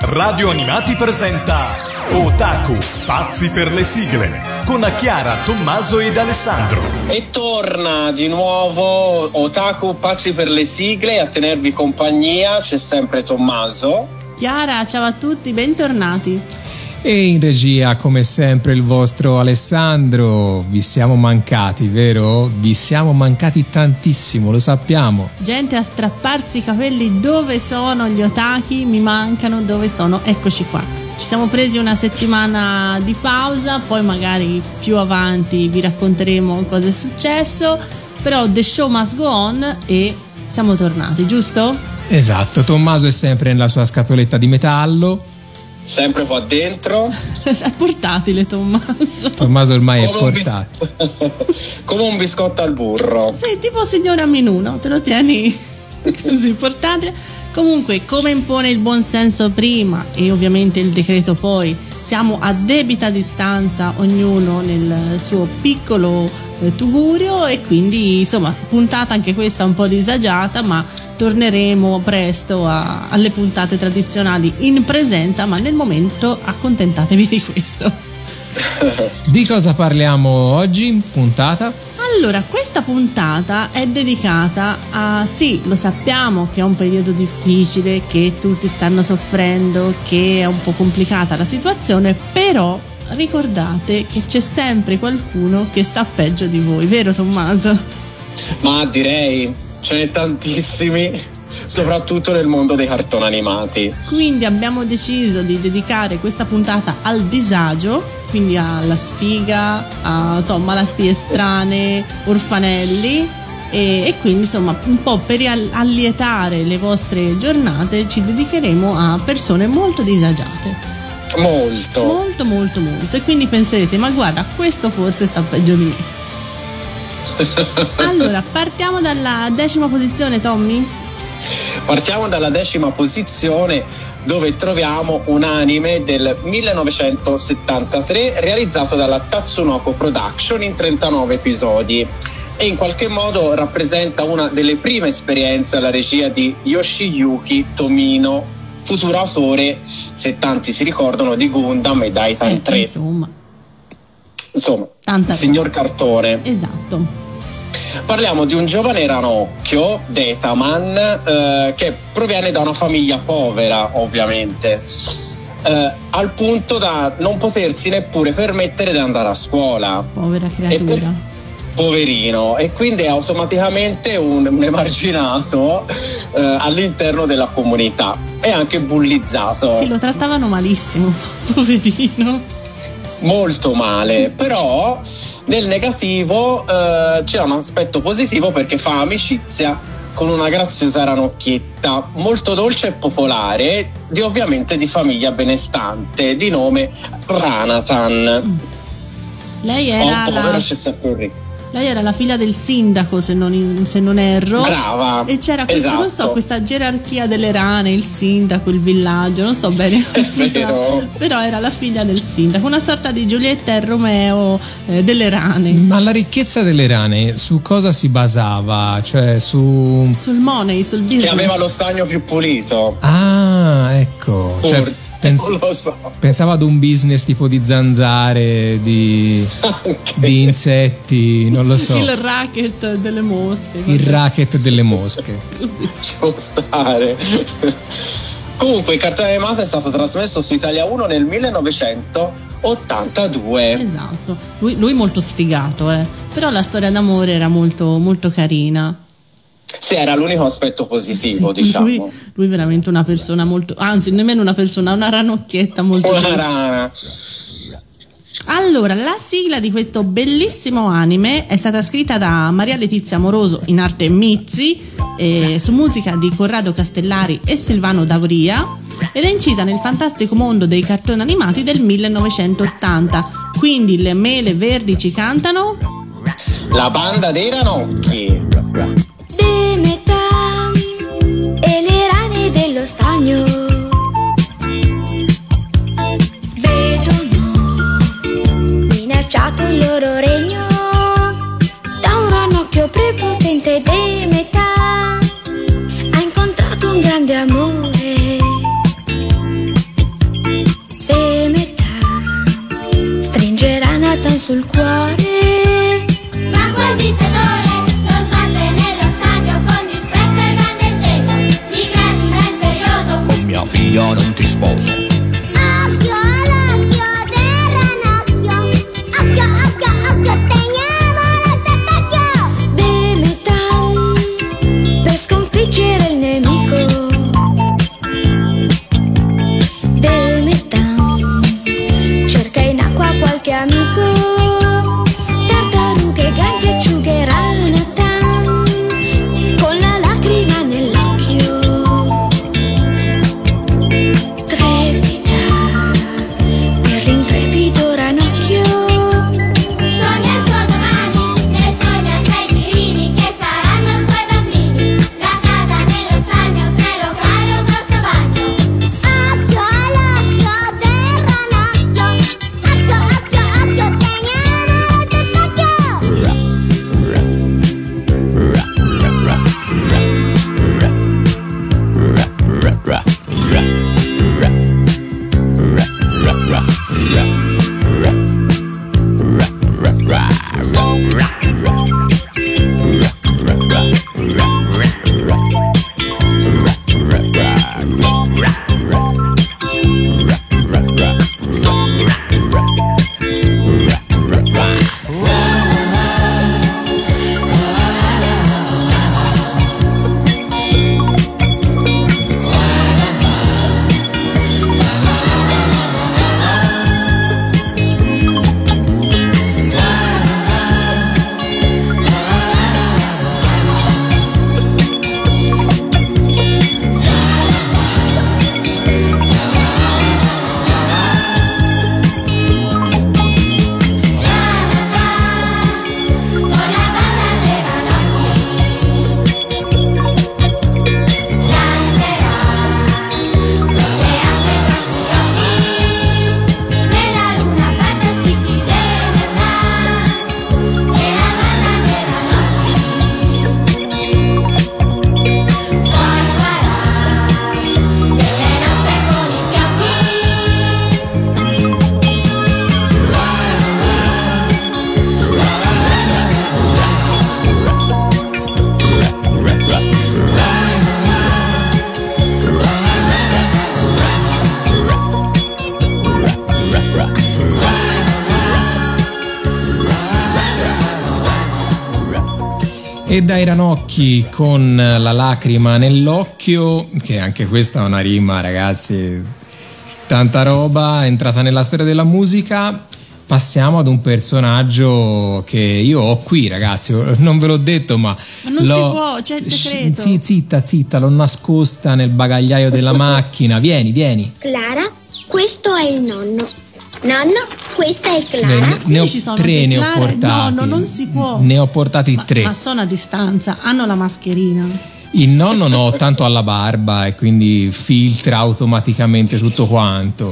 Radio Animati presenta Otaku, pazzi per le sigle, con Chiara, Tommaso ed Alessandro. E torna di nuovo Otaku, pazzi per le sigle, a tenervi compagnia c'è sempre Tommaso. Chiara, ciao a tutti, bentornati. E in regia, come sempre, il vostro Alessandro. Vi siamo mancati, vero? Vi siamo mancati tantissimo, lo sappiamo. Gente a strapparsi i capelli, dove sono gli otaki? Mi mancano, dove sono? Eccoci qua. Ci siamo presi una settimana di pausa, poi magari più avanti vi racconteremo cosa è successo, però the show must go on e siamo tornati, giusto? Esatto, Tommaso è sempre nella sua scatoletta di metallo. Sempre qua dentro. È portatile Tommaso. Tommaso ormai è portatile. Come un biscotto al burro. Sì, tipo signora Minù, no? Te lo tieni così portatile. Comunque, come impone il buon senso prima e ovviamente il decreto poi, siamo a debita distanza, ognuno nel suo piccolo tugurio, e quindi insomma puntata anche questa un po' disagiata, ma torneremo presto alle puntate tradizionali in presenza, ma nel momento accontentatevi di questo. Di cosa parliamo oggi? Puntata? Allora, questa puntata è dedicata a, sì, lo sappiamo che è un periodo difficile, che tutti stanno soffrendo, che è un po' complicata la situazione, però ricordate che c'è sempre qualcuno che sta peggio di voi, vero Tommaso? Ma direi, ce n'è tantissimi, soprattutto nel mondo dei cartoni animati. Quindi abbiamo deciso di dedicare questa puntata al disagio, quindi alla sfiga, a insomma, malattie strane, orfanelli, e quindi insomma un po' per allietare le vostre giornate ci dedicheremo a persone molto disagiate. Molto, e quindi penserete, ma guarda, questo forse sta peggio di me. Allora, partiamo dalla 10ª posizione, Tommy? Partiamo dalla 10ª posizione, dove troviamo un anime del 1973 realizzato dalla Tatsunoko Production in 39 episodi, e in qualche modo rappresenta una delle prime esperienze alla regia di Yoshiyuki Tomino, futuro autore, se tanti si ricordano, di Gundam e Daitan 3. Insomma, signor cartone. Esatto. Parliamo di un giovane ranocchio, Dataman, che proviene da una famiglia povera, ovviamente, al punto da non potersi neppure permettere di andare a scuola. Povera creatura. Poverino, e quindi è automaticamente un emarginato all'interno della comunità, è anche bullizzato. Sì, lo trattavano malissimo, poverino. Molto male, però nel negativo c'è un aspetto positivo, perché fa amicizia con una graziosa ranocchietta molto dolce e popolare, ovviamente di famiglia benestante, di nome Ranatan. Lei era Lei era la figlia del sindaco, se non erro. Brava. E c'era questa, non so, questa gerarchia delle rane, il sindaco, il villaggio, non so bene. Però era la figlia del sindaco, una sorta di Giulietta e Romeo delle rane. Ma la ricchezza delle rane su cosa si basava? Cioè sul money, sul business. Che aveva lo stagno più pulito. Ah, ecco. Non lo so. Pensavo ad un business tipo di zanzare, di insetti, non lo so. Il racket delle mosche. Il racket delle mosche. Ci può stare. Comunque il cartone animato è stato trasmesso su Italia 1 nel 1982. Esatto. Lui molto sfigato, però la storia d'amore era molto, molto carina. Sì, era l'unico aspetto positivo, sì, diciamo. Lui veramente una persona molto, anzi nemmeno una persona, una ranocchietta molto. Una rana. Allora, la sigla di questo bellissimo anime è stata scritta da Maria Letizia Amoroso, in arte Mizzi, su musica di Corrado Castellari e Silvano D'Auria, ed è incisa nel fantastico mondo dei cartoni animati del 1980. Quindi le mele verdi ci cantano La banda dei ranocchi. Di metà e le rane dello stagno vedono minacciato il loro regno da un ranocchio prepotente. Di metà ha incontrato un grande amore sul cuore. Ma quel dittatore lo sbatte nello stadio con disprezzo e grande sdegno. Gli gracila imperioso: con mia figlia non ti sposo. occhio all'occhio del ranocchio, occhio, occhio, occhio, teniamolo sott'occhio. Demetan, per sconfiggere il nemico. Demetan, cerca in acqua qualche amico. Tartarughe, gaglie, acciughe, ranatan, con la lacrima nell'occhio. Trepida per l'intrepido ranocchio. Sogna il suo domani, ne sogna 6 girini che saranno suoi bambini. La casa nello stagno, 3 locali, un grosso bagno. Occhio all'occhio del ranocchio, occhio, occhio, occhio, teniamolo sott'occhio. E dai ranocchi con la lacrima nell'occhio, che anche questa è una rima, ragazzi, tanta roba, è entrata nella storia della musica. Passiamo ad un personaggio che io ho qui, ragazzi, non ve l'ho detto, ma non si può, c'è il decreto. Sì, zitta, l'ho nascosta nel bagagliaio della macchina. Vieni. Clara, questo è il nonno. Nonno, questa è Clara. Ne ho ci sono 3, ne ho Clara e portati. nonno, non si può. Ne ho portati 3. Ma sono a distanza, hanno la mascherina. Il nonno no, tanto alla barba e quindi filtra automaticamente tutto quanto.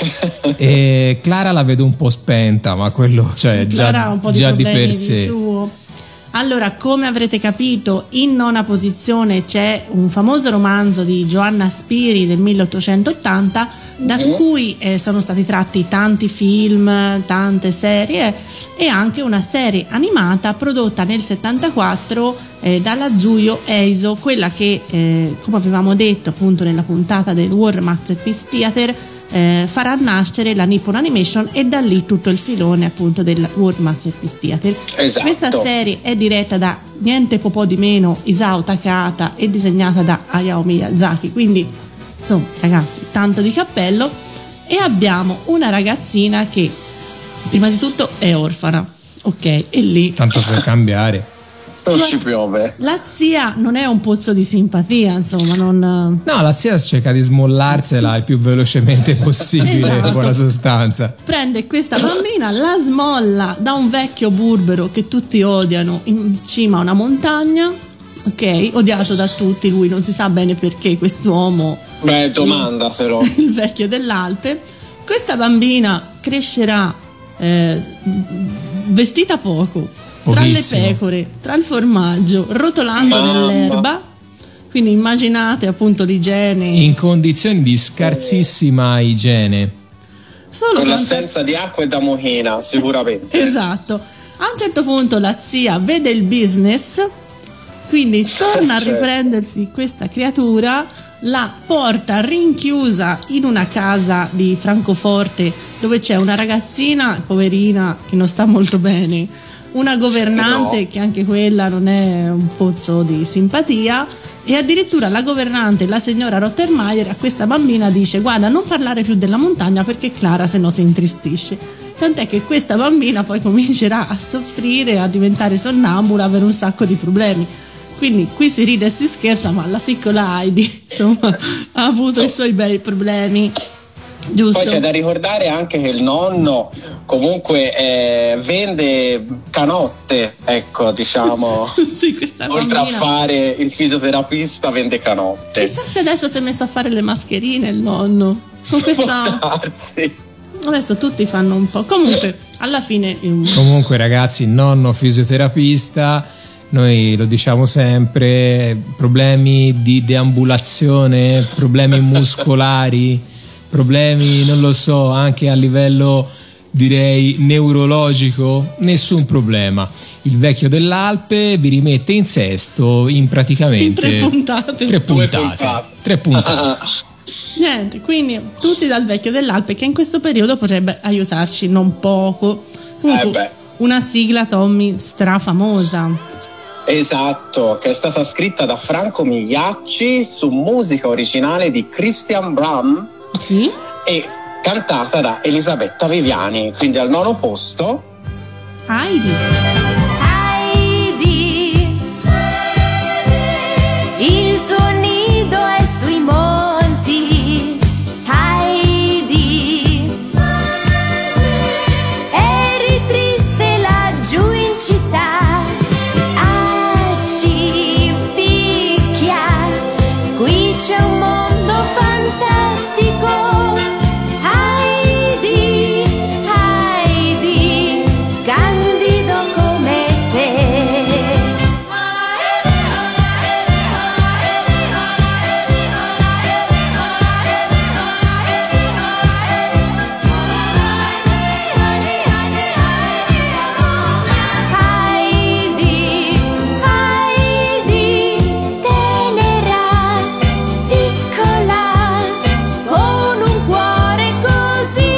E Clara la vedo un po' spenta, ma quello, cioè, Clara ha un po' di già di problemi per sé. di suo. Allora, come avrete capito, in 9ª posizione c'è un famoso romanzo di Joanna Spiri del 1880, da cui sono stati tratti tanti film, tante serie e anche una serie animata prodotta nel 74 dalla Zuyo Eiso, quella che, come avevamo detto appunto nella puntata del World Masterpiece Theater, farà nascere la Nippon Animation e da lì tutto il filone appunto del World Masterpiece Theater. Esatto. Questa serie è diretta da niente po' di meno Isao Takahata e disegnata da Hayao Miyazaki, quindi insomma ragazzi, tanto di cappello. E abbiamo una ragazzina che prima di tutto è orfana, ok, e lì Tanto per cambiare. Non ci piove. la zia non è un pozzo di simpatia, insomma, non... No, la zia cerca di smollarsela il più velocemente possibile, Esatto. in buona sostanza. Prende questa bambina, la smolla da un vecchio burbero che tutti odiano in cima a una montagna, ok, odiato da tutti, lui non si sa bene perché, quest'uomo, Beh, domandaselo. il vecchio dell'Alpe. Questa bambina crescerà vestita poco, tra le Pochissimo. pecore, tra il formaggio, rotolando Mamma. nell'erba. Quindi immaginate appunto l'igiene. In condizioni di scarsissima igiene. Solo con che l'assenza di acqua e da mochina, sicuramente. Esatto. A un certo punto la zia vede il business, quindi torna a Certo. riprendersi questa creatura, la porta rinchiusa in una casa di Francoforte dove c'è una ragazzina poverina che non sta molto bene, una governante No. che anche quella non è un pozzo di simpatia, e addirittura la governante, la signora Rottermeier, a questa bambina dice: guarda, non parlare più della montagna perché Clara se no si intristisce. Tant'è che questa bambina poi comincerà a soffrire, a diventare sonnambula, avere un sacco di problemi. Quindi qui si ride e si scherza, ma la piccola Heidi insomma ha avuto i suoi bei problemi, giusto? Poi c'è da ricordare anche che il nonno comunque vende canotte, ecco, diciamo. Sì, questa Oltre a bambina. fare il fisioterapista, vende canotte. Chissà se adesso si è messo a fare le mascherine il nonno. Con Può questa. darsi. Adesso tutti fanno un po'. Comunque, alla fine. Comunque ragazzi, nonno fisioterapista, noi lo diciamo sempre, problemi di deambulazione, problemi muscolari, problemi, non lo so, anche a livello direi neurologico, nessun problema. Il vecchio dell'Alpe vi rimette in sesto in praticamente In 3 puntate. Tre Due puntate. 3 puntate. Niente, quindi tutti dal vecchio dell'Alpe, che in questo periodo potrebbe aiutarci non poco. Comunque, beh. una sigla, Tommy, strafamosa. Esatto, che è stata scritta da Franco Migliacci su musica originale di Christian Bram Sì? e cantata da Elisabetta Viviani, quindi al 9° posto. Heidi. Heidi, il tuo nido è sui monti. Heidi, eri triste laggiù in città. Ci picchia, qui c'è un mondo fantastico. Heidi, Heidi, candido come te. Heidi, Heidi, tenera, piccola, con un cuore così.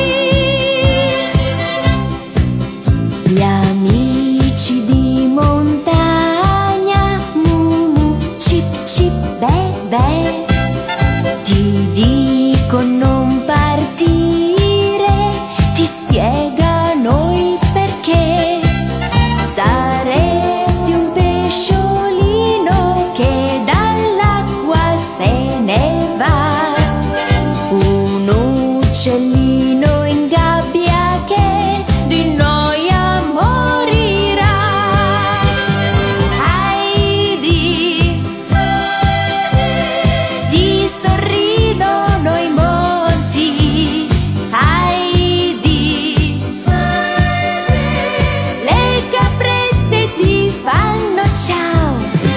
Gli amici di montagna, mu, cip, cip, beh, ti dico non partire, ti spiegano il perché. Saresti un pesciolino che dall'acqua se ne va, un uccellino in gabbia che di noia morirà. Heidi, ti sorridono i monti. Heidi, le caprette ti fanno ciao.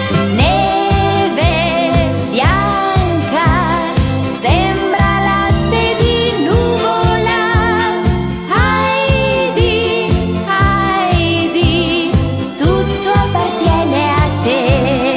Neve bianca, sembra latte di nuvola. Heidi, Heidi, tutto appartiene a te.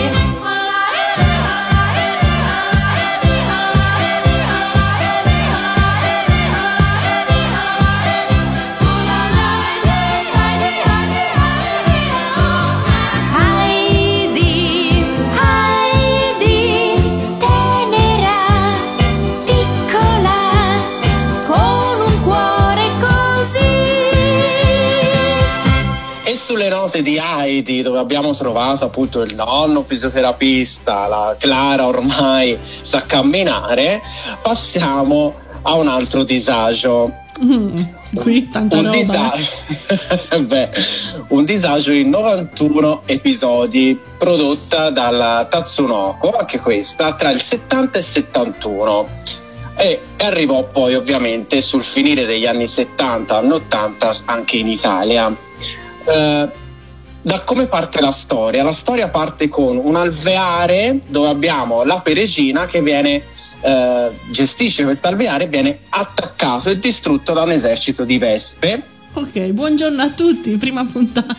Heidi, Heidi, tenera, piccola, con un cuore così. E sulle note di Heidi, dove abbiamo trovato appunto il nonno fisioterapista, la Clara ormai sa camminare, passiamo a un altro disagio. Qui tanta Un roba. disagio, beh, un disagio in 91 episodi, prodotta dalla Tatsunoko, anche questa tra il 70 e il 71, e arrivò poi ovviamente sul finire degli anni 70, anni 80 anche in Italia. da come parte la storia. La storia parte con un alveare dove abbiamo l'ape regina che gestisce questo alveare e viene attaccato e distrutto da un esercito di vespe. Ok, buongiorno a tutti, prima puntata.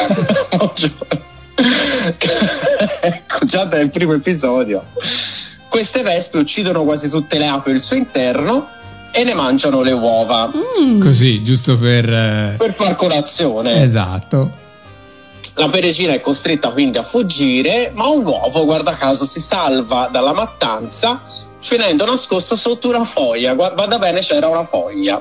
Ecco, già dal primo episodio. Queste vespe uccidono quasi tutte le api al suo interno e ne mangiano le uova. Così, giusto per far colazione. Esatto. La peregina è costretta quindi a fuggire, ma un uovo, guarda caso, si salva dalla mattanza finendo nascosto sotto una foglia. Guarda bene, c'era una foglia.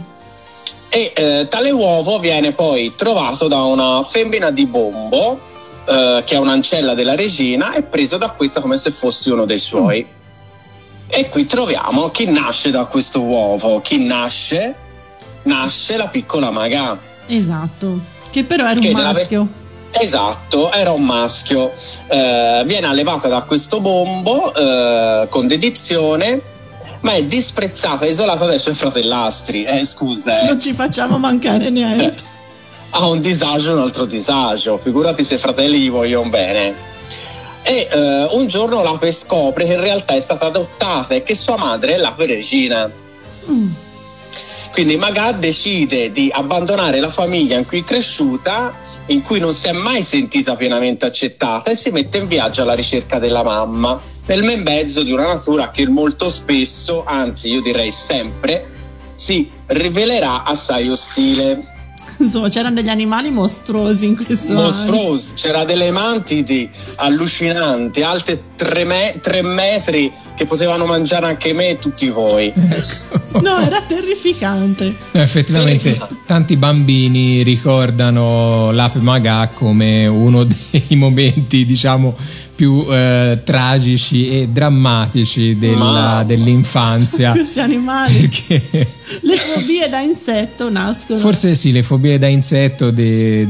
E tale uovo viene poi trovato da una femmina di Bombo, che è un'ancella della regina, e preso da questa come se fosse uno dei suoi. E qui troviamo chi nasce da questo uovo. Chi nasce? Nasce la piccola Magà. Esatto, che però era un maschio. Esatto, era un maschio. Viene allevata da questo Bombo con dedizione, ma è disprezzata e isolata dai suoi fratellastri. Scusa. Non ci facciamo mancare niente. Ha un disagio, un altro disagio. Figurati se i fratelli gli vogliono bene. E un giorno l'ape scopre che in realtà è stata adottata e che sua madre è l'ape regina. Quindi Magà decide di abbandonare la famiglia in cui è cresciuta, in cui non si è mai sentita pienamente accettata, e si mette in viaggio alla ricerca della mamma, nel mezzo di una natura che molto spesso, anzi io direi sempre, si rivelerà assai ostile. Insomma, c'erano degli animali mostruosi in questo mostruosi, c'era delle mantidi allucinanti, alte 3 metri, che potevano mangiare anche me e tutti voi. No, era terrificante. Effettivamente tanti bambini ricordano l'ape Magà come uno dei momenti, diciamo, più tragici e drammatici dell'infanzia. Questi animali, perché le fobie da insetto nascono. Forse sì, le fobie da insetto dei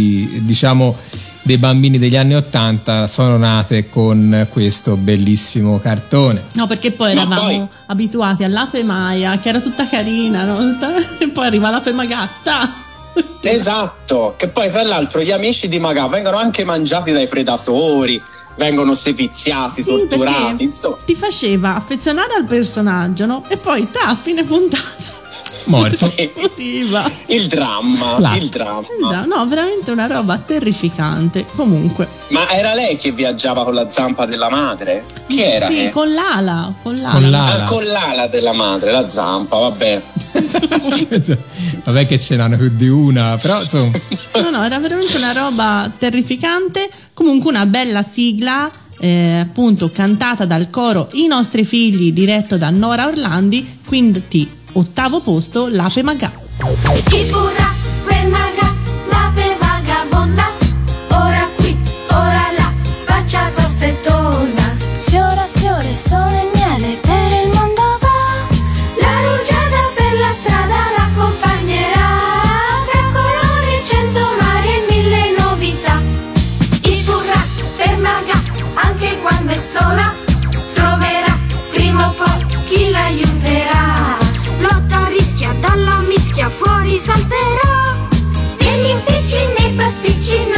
bambini degli anni '80 sono nate con questo bellissimo cartone. No, perché poi eravamo abituati all'ape Maia, che era tutta carina, no? E poi arriva l'ape Magatta. Esatto, che poi tra l'altro gli amici di Magà vengono anche mangiati dai predatori, vengono seviziati, torturati, insomma. Ti faceva affezionare al personaggio, no? E poi a fine puntata morto. Il dramma. No, veramente una roba terrificante. Comunque. Ma era lei che viaggiava con la zampa della madre? Chi era? Sì, con l'ala. Con l'ala della madre, la zampa, vabbè. Vabbè che ce n'hanno più di una, però insomma. No, era veramente una roba terrificante. Comunque una bella sigla. Appunto cantata dal coro I nostri figli, diretto da Nora Orlandi. Quindi 8° posto, l'ape Magà. Il burra per Magà, l'ape vagabonda, ora qui, ora là, faccia tosta e tonda. Fiore a fiore, sole e miele, per il mondo va. La rugiada per la strada l'accompagnerà. Tra colori, 100 mari e 1000 novità. Il burra per Magà, anche quando è sola, troverà prima o poi chi l'aiuterà. Lotta, rischia, dalla mischia fuori salterà. Degli impicci nei pasticci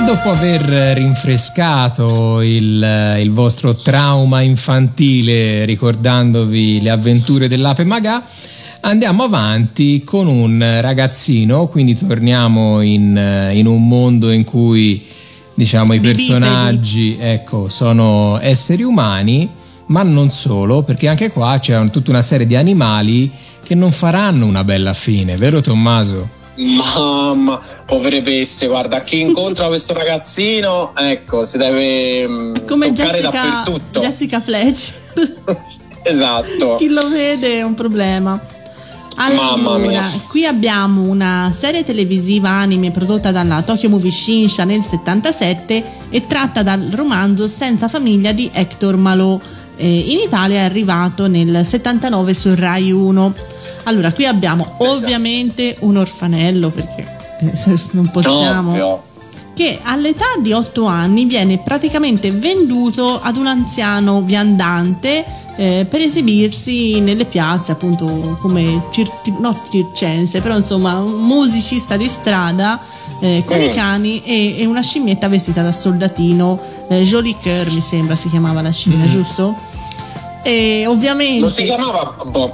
dopo aver rinfrescato il vostro trauma infantile ricordandovi le avventure dell'Ape Magà, andiamo avanti con un ragazzino, quindi torniamo in un mondo in cui, diciamo, i personaggi, ecco, sono esseri umani, ma non solo, perché anche qua c'è tutta una serie di animali che non faranno una bella fine, vero Tommaso? Mamma, povere bestie, guarda, chi incontra questo ragazzino, ecco, si deve come toccare dappertutto. Jessica Fletcher. Esatto. Chi lo vede è un problema. Mamma mia. Allora, qui abbiamo una serie televisiva anime prodotta dalla Tokyo Movie Shinsha nel 77 e tratta dal romanzo Senza famiglia di Hector Malot. In Italia è arrivato nel 79 su Rai 1. Allora, qui abbiamo ovviamente un orfanello, perché non possiamo, Ovvio. che all'età di 8 anni viene praticamente venduto ad un anziano viandante per esibirsi nelle piazze, appunto come no circense, però insomma un musicista di strada con i cani e una scimmietta vestita da soldatino. Jolie Coeur mi sembra si chiamava la scimmia, giusto? E ovviamente Non si chiamava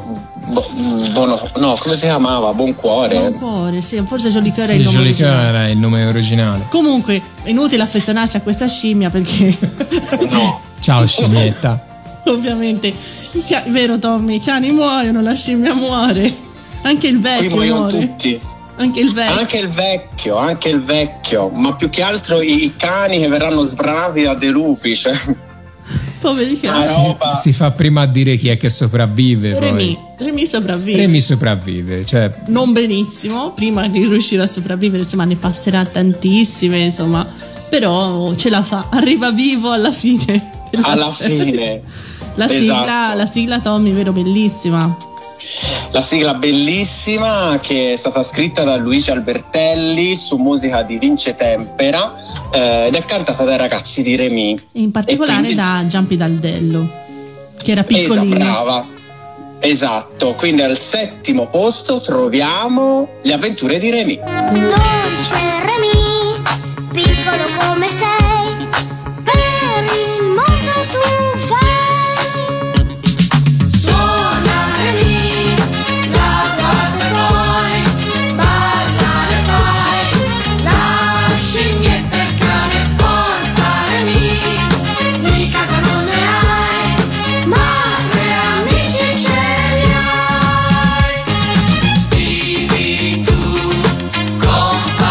no, come si chiamava? Buon cuore. Buon cuore, sì, forse Jolie Coeur è Sì, il nome Jolie originale. Coeur è il nome originale. Comunque è inutile affezionarci a questa scimmia perché No. Ciao scimmietta. ovviamente vero Tommy, i cani muoiono, la scimmia muore, anche il Qui vecchio muoiono muore. tutti. Anche il vecchio. Anche il vecchio, ma più che altro i cani che verranno sbranati da dei lupi, cioè. Poveri Una cani. roba. Si fa prima a dire chi è che sopravvive. Poi. Remy sopravvive. Remy sopravvive, cioè Non benissimo, prima di riuscire a sopravvivere, insomma, ne passerà tantissime, insomma, però ce la fa, arriva vivo alla fine. Alla fine. La Esatto. sigla Tommy, vero, bellissima. La sigla bellissima che è stata scritta da Luigi Albertelli su musica di Vince Tempera ed è cantata dai ragazzi di Remy. E in particolare quindi- da Giampi Daldello, che era piccolino. Brava. Esatto, quindi al 7° posto troviamo Le avventure di Remy. Dolce Remy, piccolo come sei, per il mondo tu fai. Suona Remy, la tua poi, balla e fai, la scimmietta e il cane, forza Remy, di casa non ne hai, ma 3 amici ce li hai. Vivi tu con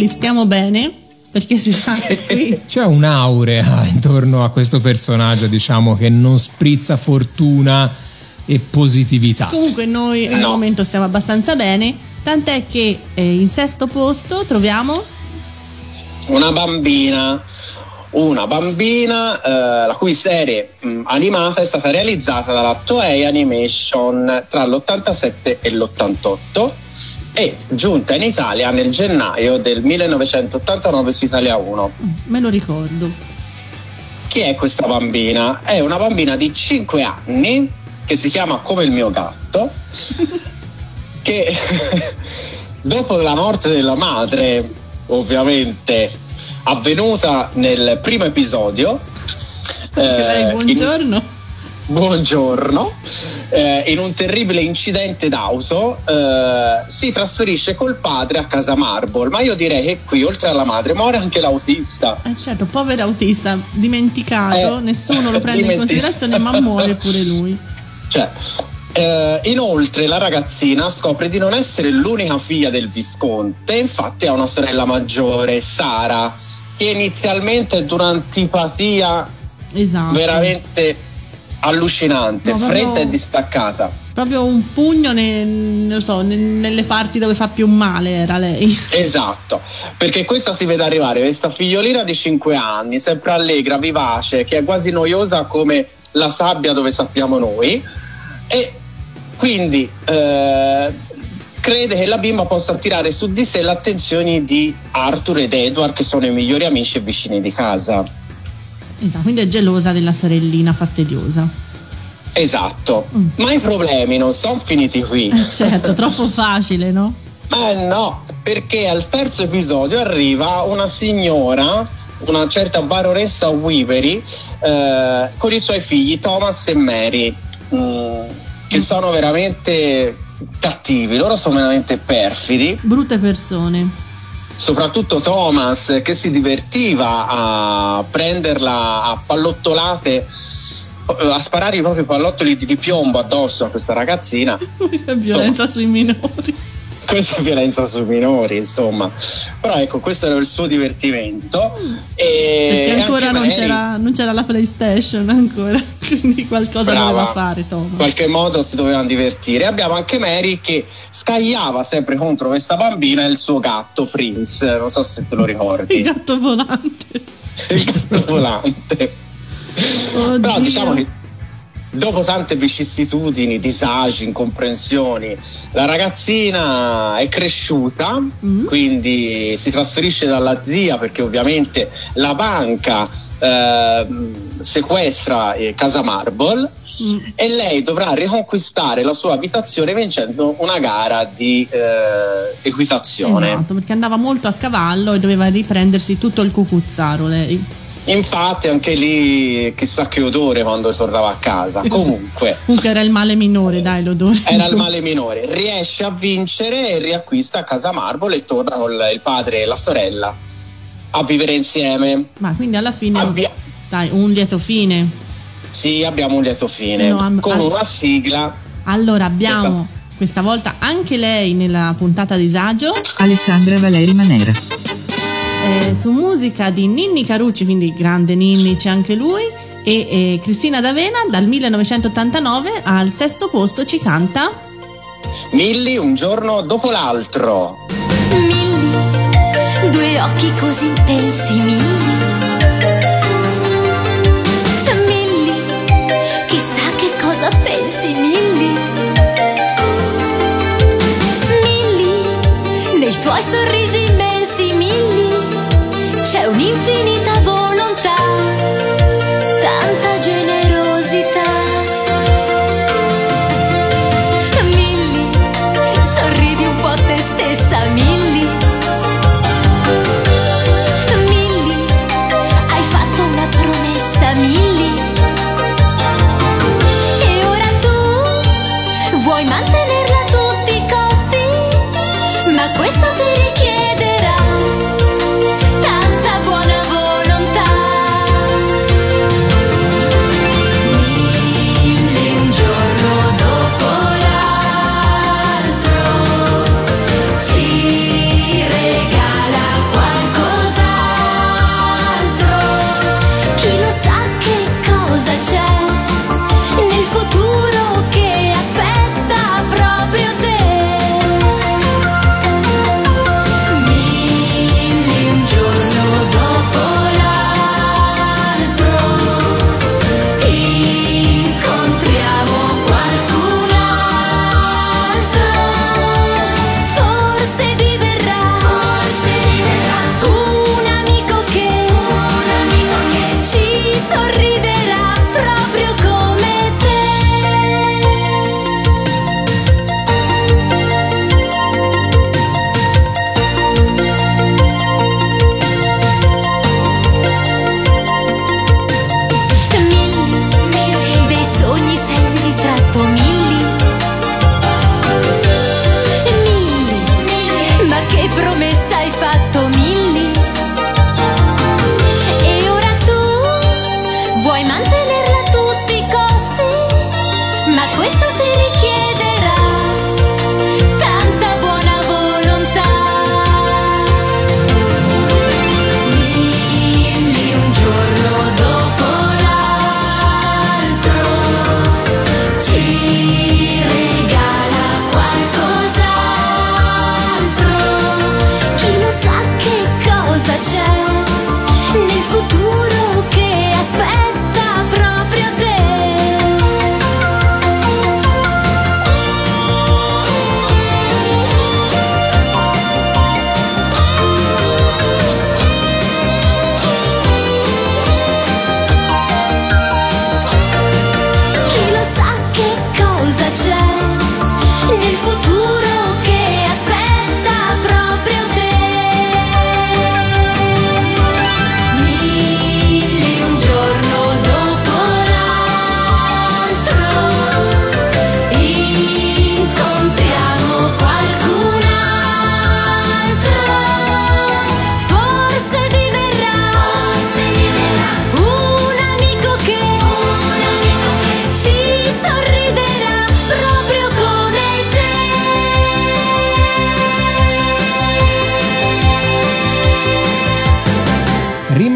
stiamo bene, perché si sa che qui C'è un'aurea intorno a questo personaggio, diciamo, che non sprizza fortuna e positività. comunque noi al No. momento stiamo abbastanza bene, tant'è che in sesto posto troviamo Una bambina, la cui serie animata è stata realizzata dalla Toei Animation tra l'87 e l'88 e giunta in Italia nel gennaio del 1989 su Italia 1. me lo ricordo. Chi è questa bambina? È una bambina di 5 anni che si chiama come il mio gatto che dopo la morte della madre, ovviamente avvenuta nel primo episodio, Perché lei, buongiorno. buongiorno, in un terribile incidente d'auto si trasferisce col padre a casa Marble, ma io direi che qui oltre alla madre muore anche l'autista. Certo, povero autista, dimenticato, nessuno lo prende in considerazione, ma muore pure lui. Cioè, inoltre la ragazzina scopre di non essere l'unica figlia del visconte, infatti ha una sorella maggiore, Sara, che inizialmente è di un'antipatia Esatto. veramente allucinante, No, proprio- fredda e distaccata. Proprio un pugno nelle parti dove fa più male era lei. Esatto, perché questa si vede arrivare, questa figliolina di 5 anni, sempre allegra, vivace, che è quasi noiosa come la sabbia dove sappiamo noi, e quindi crede che la bimba possa attirare su di sé l'attenzione di Arthur ed Edward, che sono i migliori amici e vicini di casa. Esatto, quindi è gelosa della sorellina fastidiosa. Esatto, ma i problemi non sono finiti qui. Certo, troppo facile, no? No, perché al terzo episodio arriva una signora, una certa baronessa Weavery, con i suoi figli Thomas e Mary, che sono veramente cattivi, loro sono veramente perfidi. Brutte persone. Soprattutto Thomas, che si divertiva a prenderla a pallottolate, a sparare i propri pallottoli di piombo addosso a questa ragazzina. Violenza sui minori. Questa è violenza sui minori, insomma. Però ecco, questo era il suo divertimento. Perché E ancora anche non c'era la PlayStation ancora, quindi qualcosa Brava. doveva fare Thomas. in qualche modo si dovevano divertire. Abbiamo anche Mary che scagliava sempre contro questa bambina e il suo gatto Prince, non so se te lo ricordi. Il gatto volante. Il gatto volante. Oddio. Però diciamo che dopo tante vicissitudini, disagi, incomprensioni, la ragazzina è cresciuta, quindi si trasferisce dalla zia perché ovviamente la banca sequestra Casa Marble e lei dovrà riconquistare la sua abitazione vincendo una gara di equitazione. Esatto, perché andava molto a cavallo e doveva riprendersi tutto il cucuzzaro lei. Infatti anche lì chissà che odore quando tornava a casa. Comunque era il male minore, dai, l'odore. era il male minore. Riesce a vincere e riacquista Casa Marble e torna con il padre e la sorella a vivere insieme. Ma quindi alla fine dai, un lieto fine. Sì, abbiamo un lieto fine con una sigla. Allora abbiamo questa volta anche lei nella puntata Disagio, Alessandra Valeri Manera. Su musica di Ninni Carucci, quindi grande Ninni, c'è anche lui, e Cristina D'Avena dal 1989 al sesto posto ci canta Milli un giorno dopo l'altro. Milli, due occhi così intensi, Milli. Milli, chissà che cosa pensi, Milli. Milli, nei tuoi sorrisi immensi, Milli, c'è un'infinita volontà, tanta generosità. Milli, sorridi un po' te stessa, Milli. Milli, hai fatto una promessa, Milli. E ora tu vuoi mantenerla a tutti i costi, ma questo ti richiederà tanta buona volontà. Milli un giorno dopo l'altro ci regala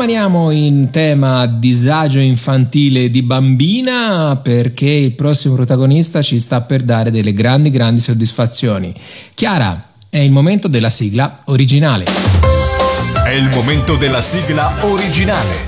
Rimaniamo in tema disagio infantile di bambina, perché il prossimo protagonista ci sta per dare delle grandi soddisfazioni. Chiara, è il momento della sigla originale. È il momento della sigla originale.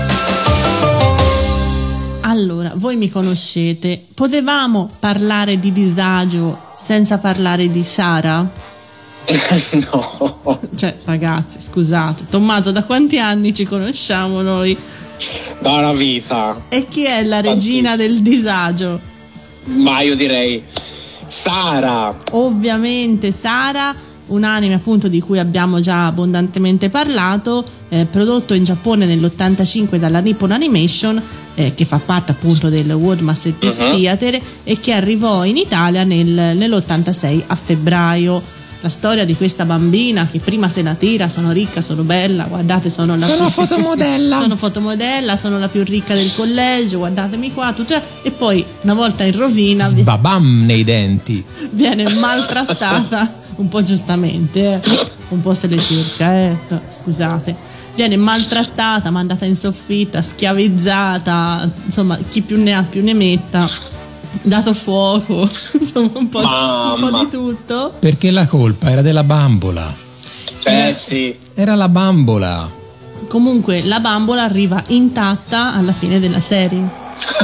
Allora, voi mi conoscete. Potevamo parlare di disagio senza parlare di Sara? No. Cioè, ragazzi, scusate. Tommaso, da quanti anni ci conosciamo noi? Da una vita. E chi è la regina del disagio? Ma io direi Sara. Ovviamente Sara, un anime appunto di cui abbiamo già abbondantemente parlato, prodotto in Giappone nell'85 dalla Nippon Animation, che fa parte appunto del World Masterpiece Theater, e che arrivò in Italia nell'86 a febbraio. La storia di questa bambina che prima se la tira: sono ricca, sono bella, guardate, sono fotomodella. Sono fotomodella, sono la più ricca del collegio, guardatemi qua, tutto. E poi una volta in rovina sbabam nei denti, viene maltrattata, un po' giustamente, un po' se le cerca, scusate. Viene maltrattata, mandata in soffitta, schiavizzata, insomma, chi più ne ha più ne metta, dato fuoco, insomma un po' di tutto. Perché la colpa era della bambola. Sì. Era la bambola. Comunque la bambola arriva intatta alla fine della serie.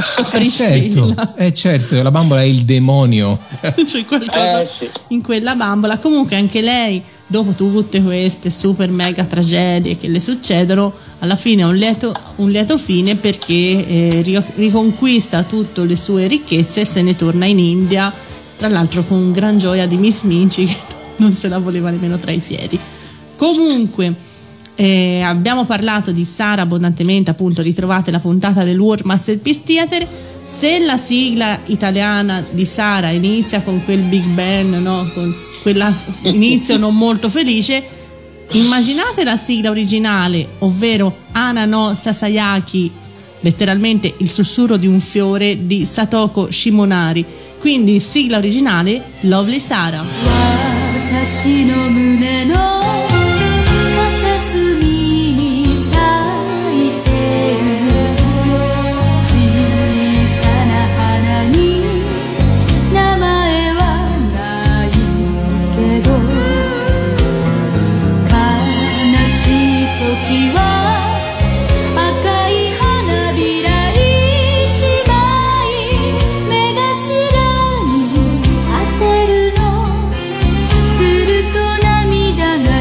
Certo, la bambola è il demonio. C'è qualcosa in quella bambola. Comunque anche lei, dopo tutte queste super mega tragedie che le succedono, alla fine ha un lieto fine, perché riconquista tutte le sue ricchezze e se ne torna in India, tra l'altro con gran gioia di Miss Minci, che non se la voleva nemmeno tra i piedi. Comunque abbiamo parlato di Sara abbondantemente, appunto ritrovate la puntata del World Masterpiece Theater. Se la sigla italiana di Sara inizia con quel Big Ben, no? Con quell'inizio non molto felice, immaginate la sigla originale, ovvero Ana no Sasayaki, letteralmente il sussurro di un fiore, di Satoko Shimonari. Quindi sigla originale Lovely Sara. 私の胸の片隅に咲いてる小さな花に名前はないけど悲しい時は赤い花びら一枚目頭に当てるのすると涙が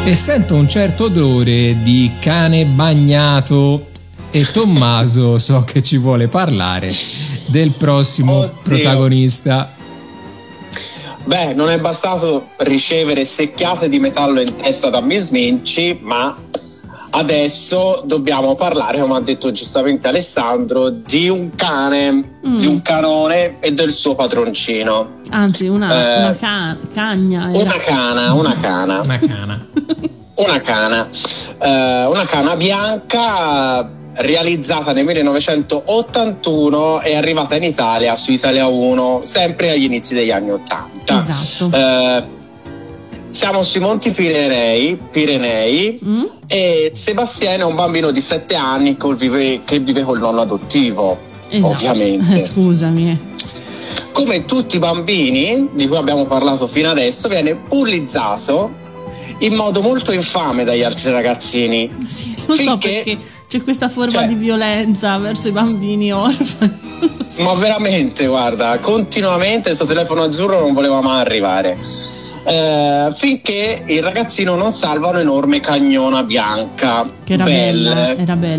e sento un certo odore di cane bagnato e Tommaso so che ci vuole parlare del prossimo protagonista. Beh, non è bastato ricevere secchiate di metallo in testa da Miss Minci, ma adesso dobbiamo parlare, come ha detto giustamente Alessandro, di un cane, di un canone e del suo padroncino. Anzi, una cagna. Una cana. Una cana bianca realizzata nel 1981 e arrivata in Italia su Italia 1 sempre agli inizi degli anni 80. Esatto. Siamo sui Monti Pirenei e Sebastiano è un bambino di 7 anni che vive col nonno adottivo, esatto. Ovviamente. Scusami. Come tutti i bambini di cui abbiamo parlato fino adesso, viene bullizzato in modo molto infame dagli altri ragazzini. Sì, non so perché c'è questa forma di violenza verso i bambini orfani. So. Ma veramente, guarda, continuamente il suo telefono azzurro non voleva mai arrivare. Finché il ragazzino non salva un'enorme cagnona bianca che era bella.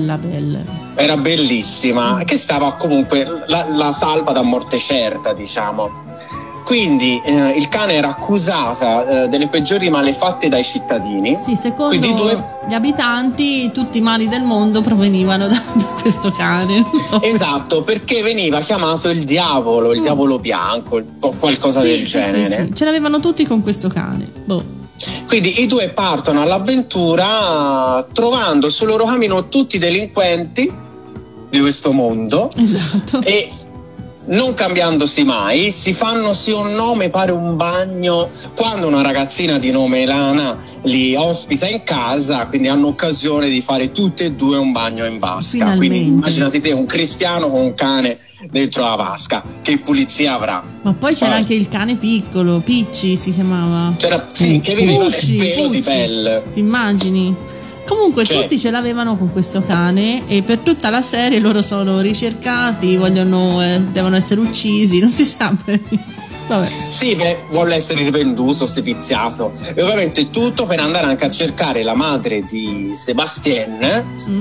Era bellissima, che stava comunque la salva da morte certa, diciamo. Quindi il cane era accusata delle peggiori malefatte dai cittadini. Sì, secondo gli abitanti tutti i mali del mondo provenivano da questo cane, non so. Esatto, perché veniva chiamato il diavolo bianco, qualcosa del genere. Sì. Ce l'avevano tutti con questo cane. Boh. Quindi i due partono all'avventura trovando sul loro cammino tutti i delinquenti di questo mondo. Esatto. E non cambiandosi mai, si fanno sì un nome, pare un bagno, quando una ragazzina di nome Elana li ospita in casa, quindi hanno occasione di fare tutte e due un bagno in vasca. Finalmente. Quindi immaginate te un cristiano con un cane dentro la vasca, che pulizia avrà. Ma poi c'era anche il cane piccolo, Picci si chiamava. Che viveva nel pelo di pelle. Ti immagini? Comunque tutti ce l'avevano con questo cane e per tutta la serie loro sono ricercati, devono essere uccisi, non si sa. Vabbè. Sì, vuole essere rivenduto, seviziato, e ovviamente tutto per andare anche a cercare la madre di Sébastien,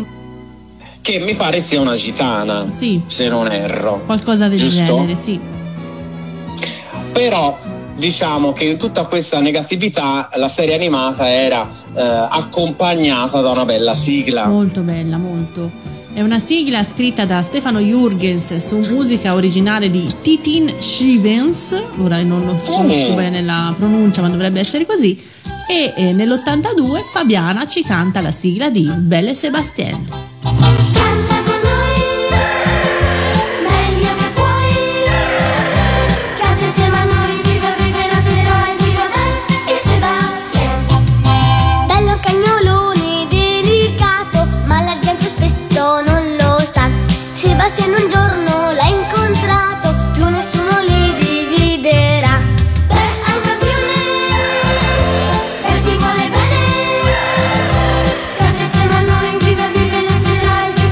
che mi pare sia una gitana, sì, se non erro, qualcosa del genere, sì. Però diciamo che in tutta questa negatività la serie animata era accompagnata da una bella sigla. Molto bella, molto. È una sigla scritta da Stefano Jurgens su musica originale di Titin Schivens. Ora non conosco bene la pronuncia, ma dovrebbe essere così. E nell'82 Fabiana ci canta la sigla di Belle Sébastien. Sebastiano un giorno l'ha incontrato, più nessuno li dividerà. Beh, è un campione, per chi vuole bene, canta insieme a noi, vive, lascerà il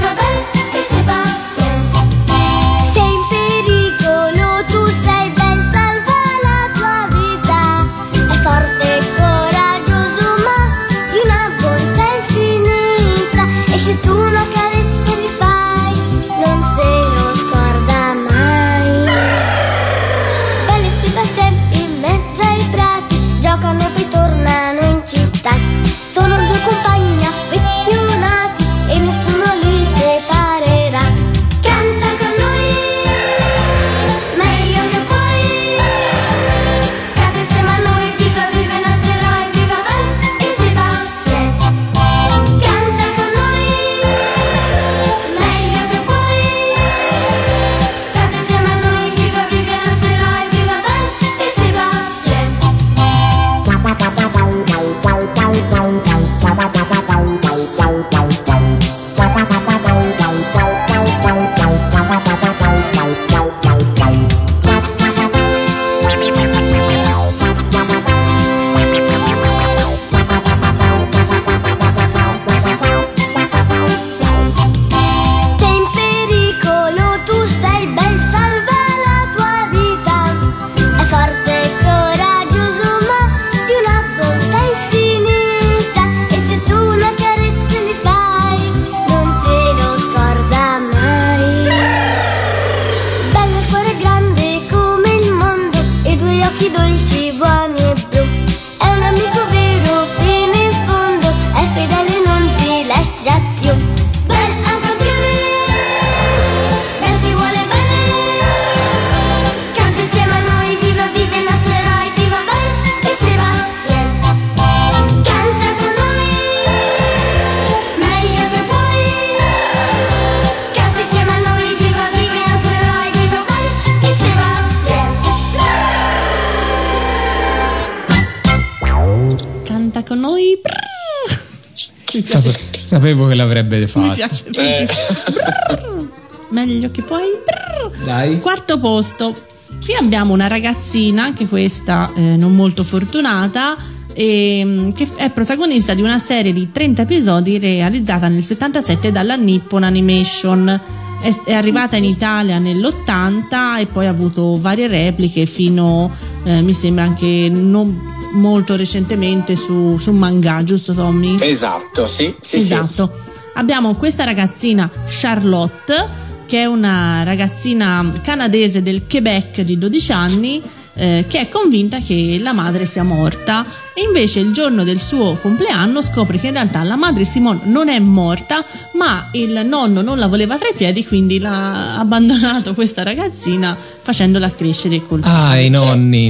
Sapevo che l'avrebbe Mi fatto. piace Brrr. Meglio che poi brrr. Dai. Quarto posto. Qui abbiamo una ragazzina, anche questa non molto fortunata, che è protagonista di una serie di 30 episodi realizzata nel 77 dalla Nippon Animation. È arrivata in Italia nell'80 e poi ha avuto varie repliche fino, mi sembra anche non molto recentemente su manga, giusto Tommy? Esatto, sì. Esatto. Abbiamo questa ragazzina Charlotte, che è una ragazzina canadese del Quebec di 12 anni, che è convinta che la madre sia morta, e invece il giorno del suo compleanno scopre che in realtà la madre Simone non è morta, ma il nonno non la voleva tra i piedi, quindi l'ha abbandonato questa ragazzina facendola crescere col I nonni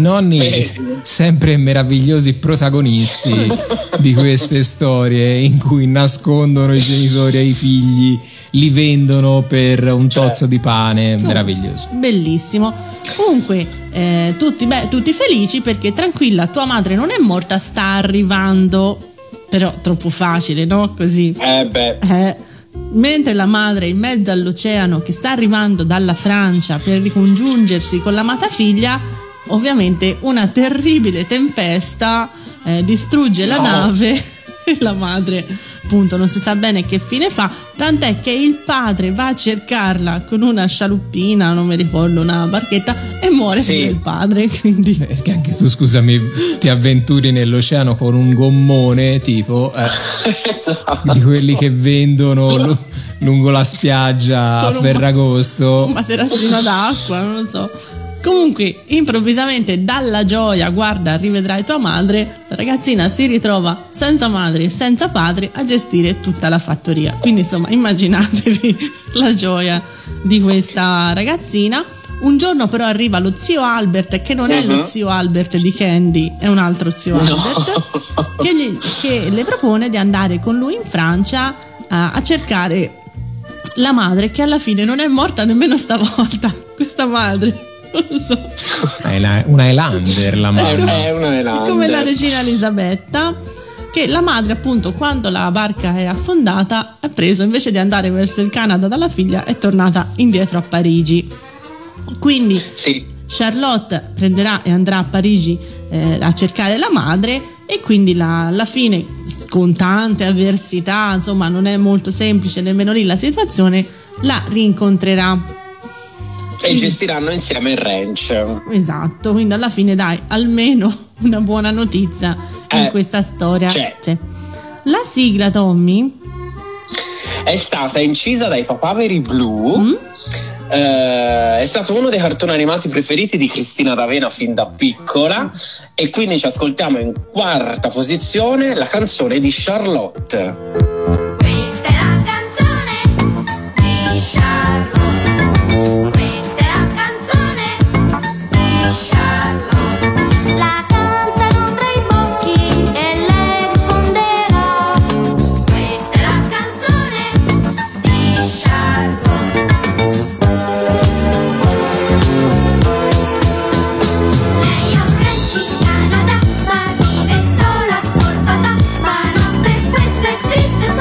sempre meravigliosi protagonisti di queste storie in cui nascondono i genitori ai figli, li vendono per un tozzo di pane, meraviglioso. Bellissimo. Comunque tutti felici perché tranquilla, tua madre non è morta, sta arrivando. Però troppo facile, no? Così. Mentre la madre è in mezzo all'oceano che sta arrivando dalla Francia per ricongiungersi con l'amata figlia, ovviamente una terribile tempesta distrugge la nave e la madre appunto non si sa bene che fine fa, tant'è che il padre va a cercarla con una scialuppina, non mi ricordo, una barchetta, e muore pure il padre, quindi perché anche tu, scusami, ti avventuri nell'oceano con un gommone tipo Esatto. di quelli che vendono lungo la spiaggia a Ferragosto, un materassino d'acqua, non lo so. Comunque, improvvisamente dalla gioia, guarda, rivedrai tua madre, la ragazzina si ritrova senza madre e senza padre a gestire tutta la fattoria. Quindi insomma, immaginatevi la gioia di questa ragazzina. Un giorno però arriva lo zio Albert, che non è lo zio Albert di Candy, è un altro zio Albert, che le propone di andare con lui in Francia a cercare la madre, che alla fine non è morta nemmeno stavolta, questa madre. Non lo so. È una Highlander la madre. È una Highlander. Come la regina Elisabetta, che la madre appunto quando la barca è affondata ha preso, invece di andare verso il Canada dalla figlia, è tornata indietro a Parigi. Quindi Charlotte prenderà e andrà a Parigi a cercare la madre, e quindi alla fine, con tante avversità, insomma non è molto semplice nemmeno lì la situazione, la rincontrerà e gestiranno insieme il ranch. Esatto, quindi alla fine dai, almeno una buona notizia in questa storia c'è. La sigla, Tommy, è stata incisa dai Papaveri Blu. È stato uno dei cartoni animati preferiti di Cristina D'Avena fin da piccola, e quindi ci ascoltiamo in quarta posizione la canzone di Charlotte. Questa è la canzone di Charlotte. Questa è la canzone di Charlotte. La cantano tra i boschi e lei risponderà. Questa è la canzone di Charlotte. Lei ha un ranch in Canada, ma vive sola col papà. Ma non per questo è triste,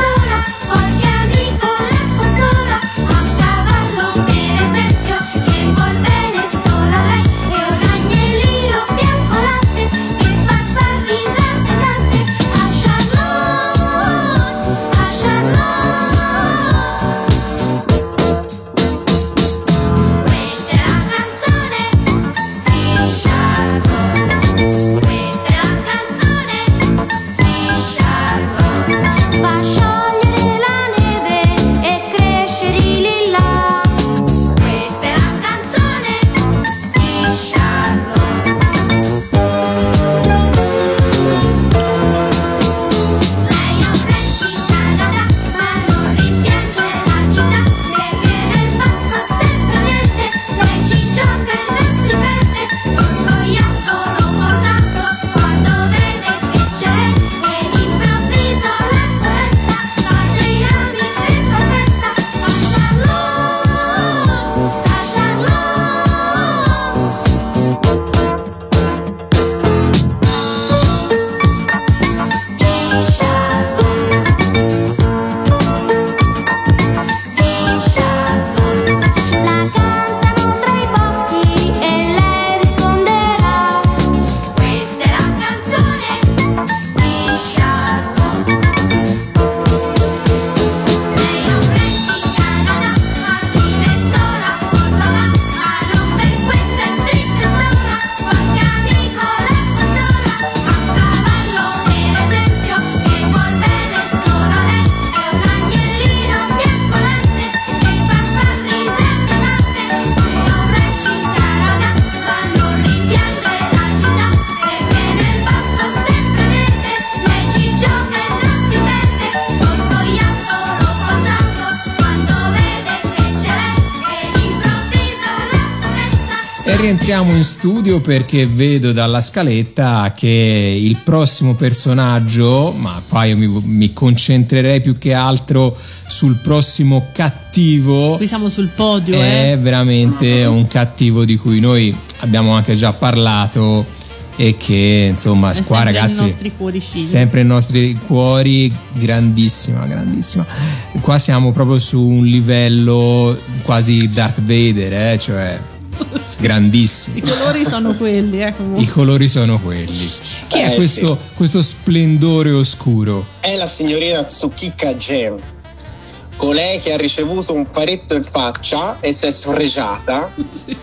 E rientriamo in studio perché vedo dalla scaletta che il prossimo personaggio, ma qua io mi concentrerei più che altro sul prossimo cattivo. Qui siamo sul podio. È veramente un cattivo di cui noi abbiamo anche già parlato e che insomma È qua sempre ragazzi nei nostri cuoricini. sempre nei nostri cuori, grandissima. Qua siamo proprio su un livello quasi Darth Vader, cioè grandissimi. I colori sono quelli, comunque. I colori sono quelli. Chi è questo splendore oscuro? È la signorina Tsukika Gen, colei che ha ricevuto un faretto in faccia e si è sfregiata. Sì.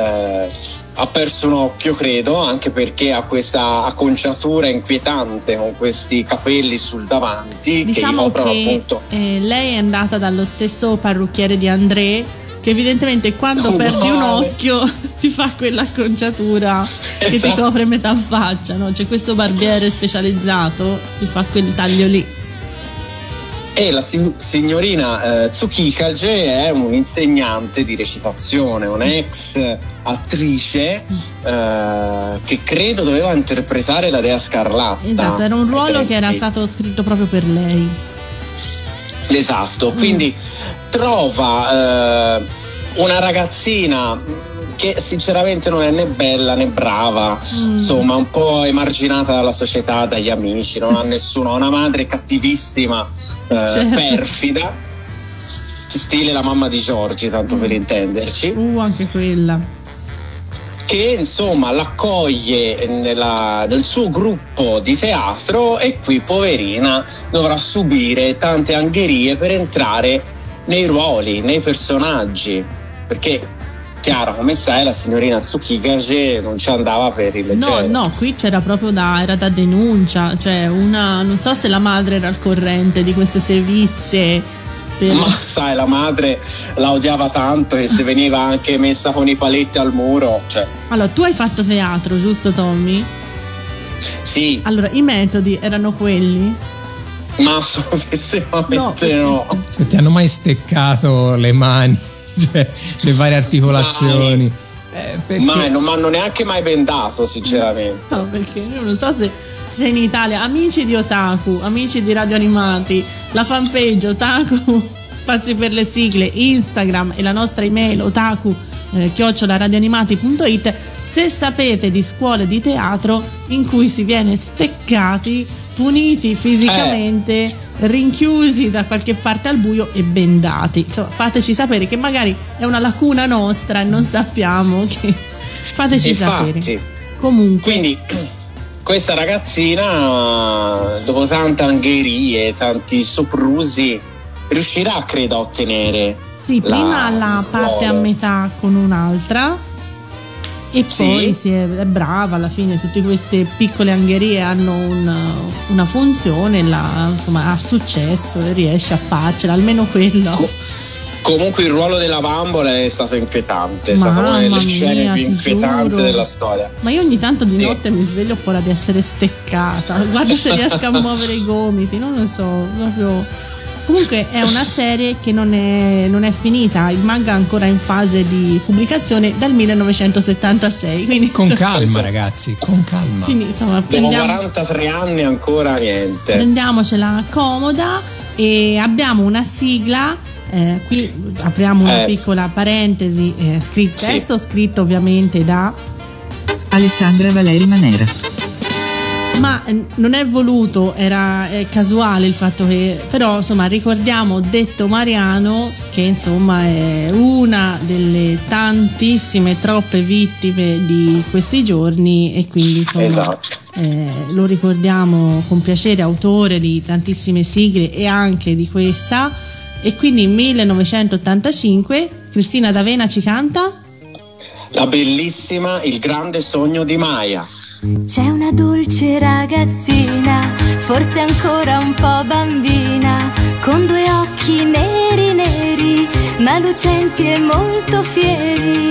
Ha perso un occhio, credo, anche perché ha questa acconciatura inquietante con questi capelli sul davanti. Diciamo che, appunto... lei è andata dallo stesso parrucchiere di André, che evidentemente quando perdi un occhio ti fa quell'acconciatura che ti copre metà faccia, no? C'è questo barbiere specializzato, ti fa quel taglio lì. E la signorina Tsukikage è un'insegnante di recitazione, un'ex attrice che credo doveva interpretare la Dea Scarlatta. Esatto, era un ruolo che era stato scritto proprio per lei. Esatto, quindi trova una ragazzina che sinceramente non è né bella né brava, insomma un po' emarginata dalla società, dagli amici, non ha nessuno, ha una madre cattivissima, perfida, stile la mamma di Giorgi, tanto per intenderci, anche quella, che insomma l'accoglie nel suo gruppo di teatro, e qui poverina dovrà subire tante angherie per entrare nei ruoli, nei personaggi, perché chiaro, come sai, la signorina Tsukikage non ci andava per il leggero. No, qui c'era proprio era da denuncia, cioè non so se la madre era al corrente di queste sevizie. Ma sai, la madre la odiava tanto che se veniva anche messa con i paletti al muro, cioè. Allora, tu hai fatto teatro, giusto Tommy? Sì. Allora, i metodi erano quelli? Ma assolutamente no. Cioè, ti hanno mai steccato le mani? Cioè, le varie articolazioni? Mai, non mi hanno neanche mai bendato, sinceramente. No, perché io non so se in Italia, amici di Otaku, amici di Radio Animati, la fanpage Otaku Pazzi per le sigle, Instagram e la nostra email otaku@radioanimati.it, se sapete di scuole di teatro in cui si viene steccati, puniti fisicamente, rinchiusi da qualche parte al buio e bendati. Insomma, fateci sapere, che magari è una lacuna nostra e non sappiamo fateci sapere. Comunque, quindi questa ragazzina, dopo tante angherie, tanti soprusi, riuscirà, credo, a ottenere prima la parte a metà con un'altra e poi è brava. Alla fine tutte queste piccole angherie hanno una funzione, insomma ha successo e riesce a farcela, almeno quello. Comunque il ruolo della bambola è stato inquietante, è stata una delle scene più inquietanti della storia. Ma io ogni tanto di notte mi sveglio ho paura di essere steccata, guardo se riesco a muovere i gomiti, non lo so, proprio. Comunque è una serie che non è finita, il manga è ancora in fase di pubblicazione dal 1976. Quindi, con calma ragazzi, con calma. Quindi insomma, dopo 43 anni ancora niente. Prendiamocela comoda e abbiamo una sigla. Qui apriamo una piccola parentesi, testo scritto ovviamente da Alessandra Valeri Manera. Ma non è voluto, è casuale il fatto che, però insomma ricordiamo Detto Mariano, che insomma è una delle tantissime, troppe vittime di questi giorni, e quindi insomma lo ricordiamo con piacere, autore di tantissime sigle e anche di questa. E quindi 1985 Cristina D'Avena ci canta la bellissima Il grande sogno di Maya. C'è una dolce ragazzina, forse ancora un po' bambina, con due occhi neri neri, ma lucenti e molto fieri,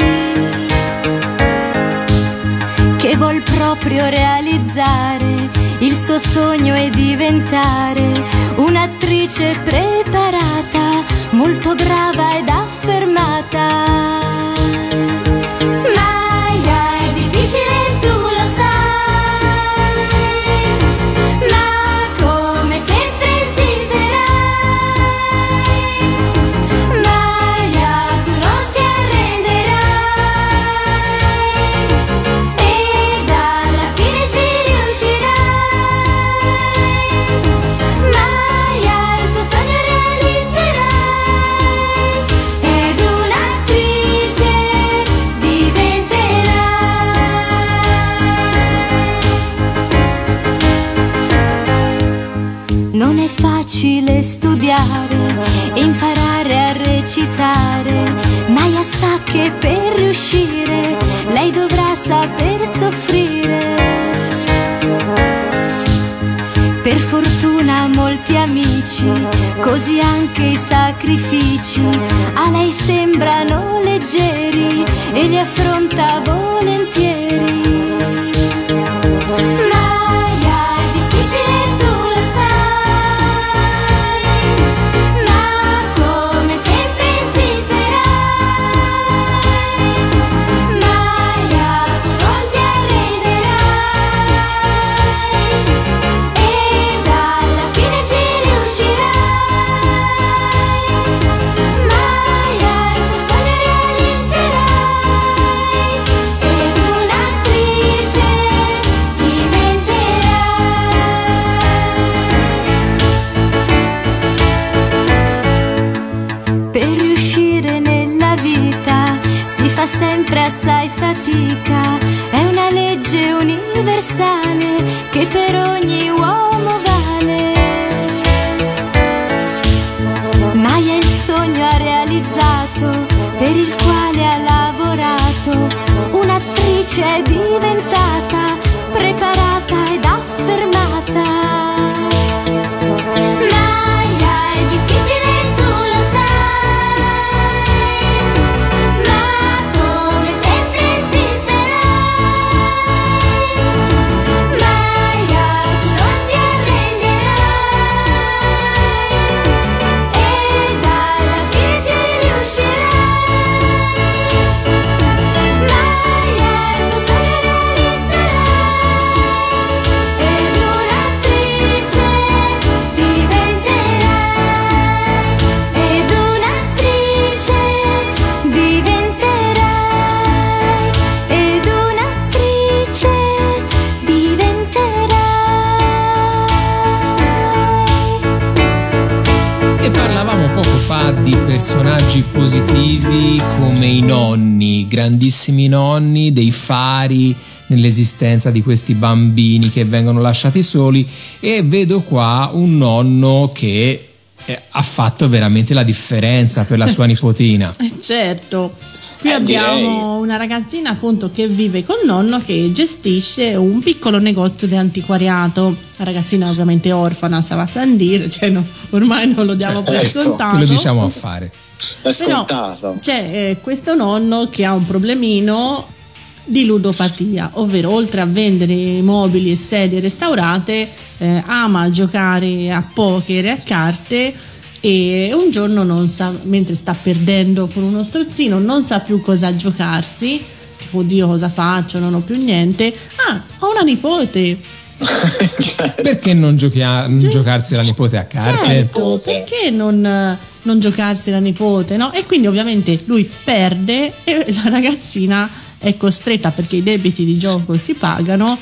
che vuol proprio realizzare il suo sogno e diventare un'attrice preparata, molto brava ed affermata. Ma facile studiare e imparare a recitare, ma io sa che per riuscire lei dovrà saper soffrire. Per fortuna molti amici, così anche i sacrifici a lei sembrano leggeri e li affronta volentieri. Sempre assai fatica, è una legge universale che per ogni uomo vale. Maya il sogno ha realizzato, per il quale ha lavorato, un'attrice è diventata, preparata ed affermata. Di personaggi positivi come i nonni, grandissimi nonni, dei fari nell'esistenza di questi bambini che vengono lasciati soli, e vedo qua un nonno che ha fatto veramente la differenza per la sua nipotina. Certo, qui abbiamo una ragazzina appunto che vive col nonno, che gestisce un piccolo negozio di antiquariato. La ragazzina ovviamente orfana, sa va a dire, cioè no, ormai non lo diamo per scontato. Che lo diciamo a fare. Però c'è questo nonno che ha un problemino di ludopatia, ovvero oltre a vendere mobili e sedie restaurate, ama giocare a poker e a carte, e un giorno non sa, mentre sta perdendo con uno strozzino, non sa più cosa giocarsi, tipo oddio cosa faccio, non ho più niente, ho una nipote. Perché non giocarsi la nipote a carte? Certo, perché non giocarsi la nipote, no? E quindi ovviamente lui perde e la ragazzina è costretta, perché i debiti di gioco si pagano,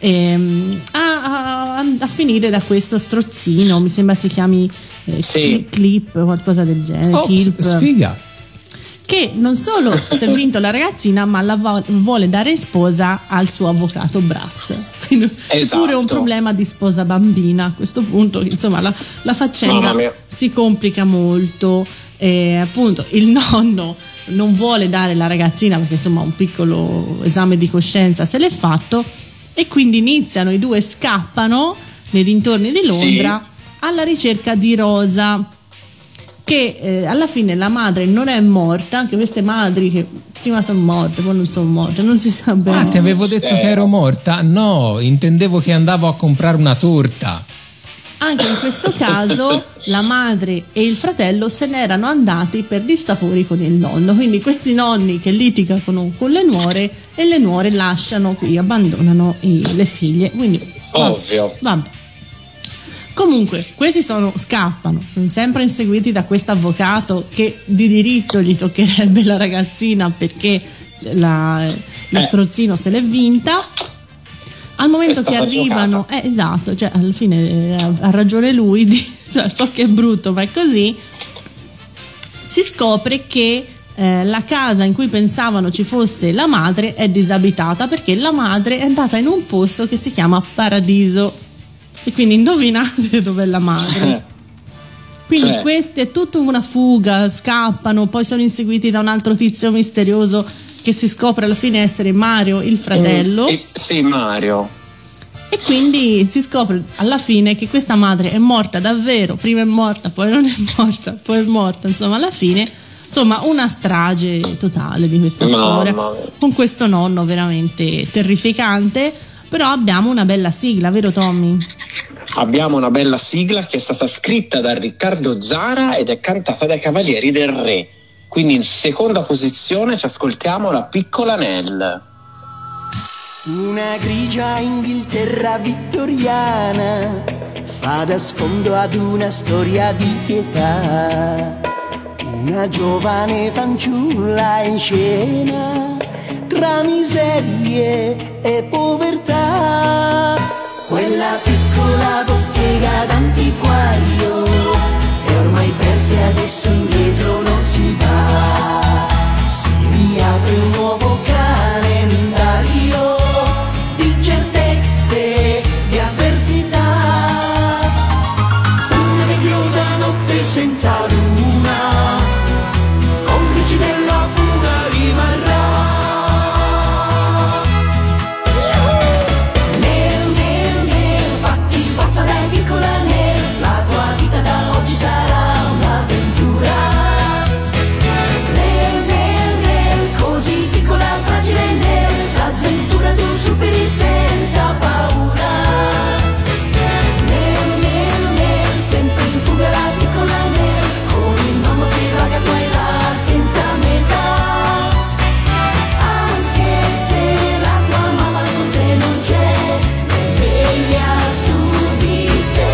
a finire da questo strozzino, mi sembra si chiami Clip o qualcosa del genere. Sfiga, che non solo si è vinto la ragazzina, ma la vuole dare in sposa al suo avvocato Brass. Quindi pure un problema di sposa bambina a questo punto, insomma la faccenda si complica molto. Appunto il nonno non vuole dare la ragazzina perché insomma un piccolo esame di coscienza se l'è fatto, e quindi iniziano, i due scappano nei dintorni di Londra alla ricerca di Rosa, che alla fine la madre non è morta, anche queste madri che prima sono morte poi non sono morte, non si sa bene. Ti avevo detto che ero morta? No, intendevo che andavo a comprare una torta. Anche in questo caso la madre e il fratello se ne erano andati per dissapori con il nonno, quindi questi nonni che litigano con le nuore, e le nuore lasciano qui, abbandonano le figlie, quindi ovvio. Vabbè. Comunque questi scappano, sono sempre inseguiti da questo avvocato che di diritto gli toccherebbe la ragazzina perché lo strozzino se l'è vinta. Al momento che arrivano, esatto, cioè alla fine ha ragione lui, so che è brutto ma è così, si scopre che la casa in cui pensavano ci fosse la madre è disabitata, perché la madre è andata in un posto che si chiama Paradiso, e quindi indovinate dov'è la madre. Quindi Cioè. questi è tutta una fuga, scappano, poi sono inseguiti da un altro tizio misterioso che si scopre alla fine essere Mario, il fratello. Sì, Mario. E quindi si scopre alla fine che questa madre è morta davvero, prima è morta, poi non è morta, poi è morta, insomma alla fine, insomma una strage totale di questa storia, con questo nonno veramente terrificante, però abbiamo una bella sigla, vero Tommy? Abbiamo una bella sigla che è stata scritta da Riccardo Zara ed è cantata dai Cavalieri del Re, quindi in seconda posizione ci ascoltiamo La piccola Nell. Una grigia Inghilterra vittoriana fa da sfondo ad una storia di pietà. Una giovane fanciulla in scena tra miserie e povertà. Quella piccola bottega d'antiquario è ormai persa e adesso indietro non si va. Si riapre un nuovo calendario di certezze, di avversità. Una nebbiosa notte senza luna, complici della fuga rimarrà. Nel, fatti forza dai piccola Nel, la tua vita da oggi sarà un'avventura. Nel, così piccola, fragile Nel, la sventura tu superi senza paura. Nel, sempre in fuga la piccola Nel, come il nonno che vaga qua e là senza metà. Anche se la tua mamma con te non c'è, lei veglia su di te.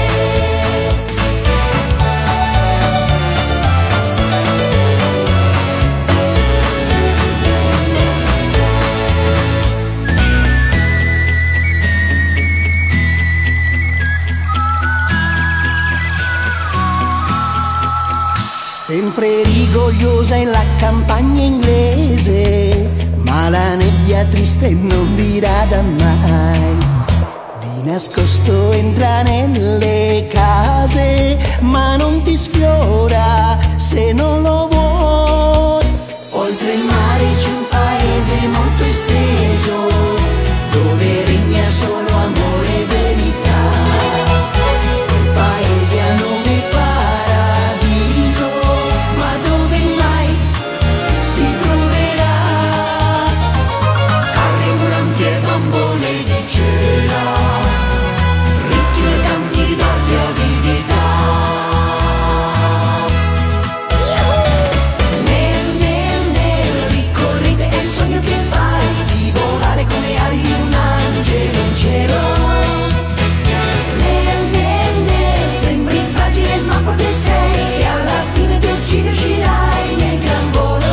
Sempre rigogliosa in la campagna inglese, ma la nebbia triste non dirada mai. Di nascosto entra nelle case, ma non ti sfiora se non lo vuoi. Oltre il mare c'è un paese molto esteso, dove regna solo amore e verità. Quel paese ha nome paradiso, ma dove mai si troverà? Carri ambulanti e bambole di cera, ricchi mercanti dardi avidità. Nel, ricorrete è il sogno che fai, di volare con le ali di un angelo in cielo. Nel, sembri fragile ma forte sei, e alla fine per uccidere uscirai nel gran volo.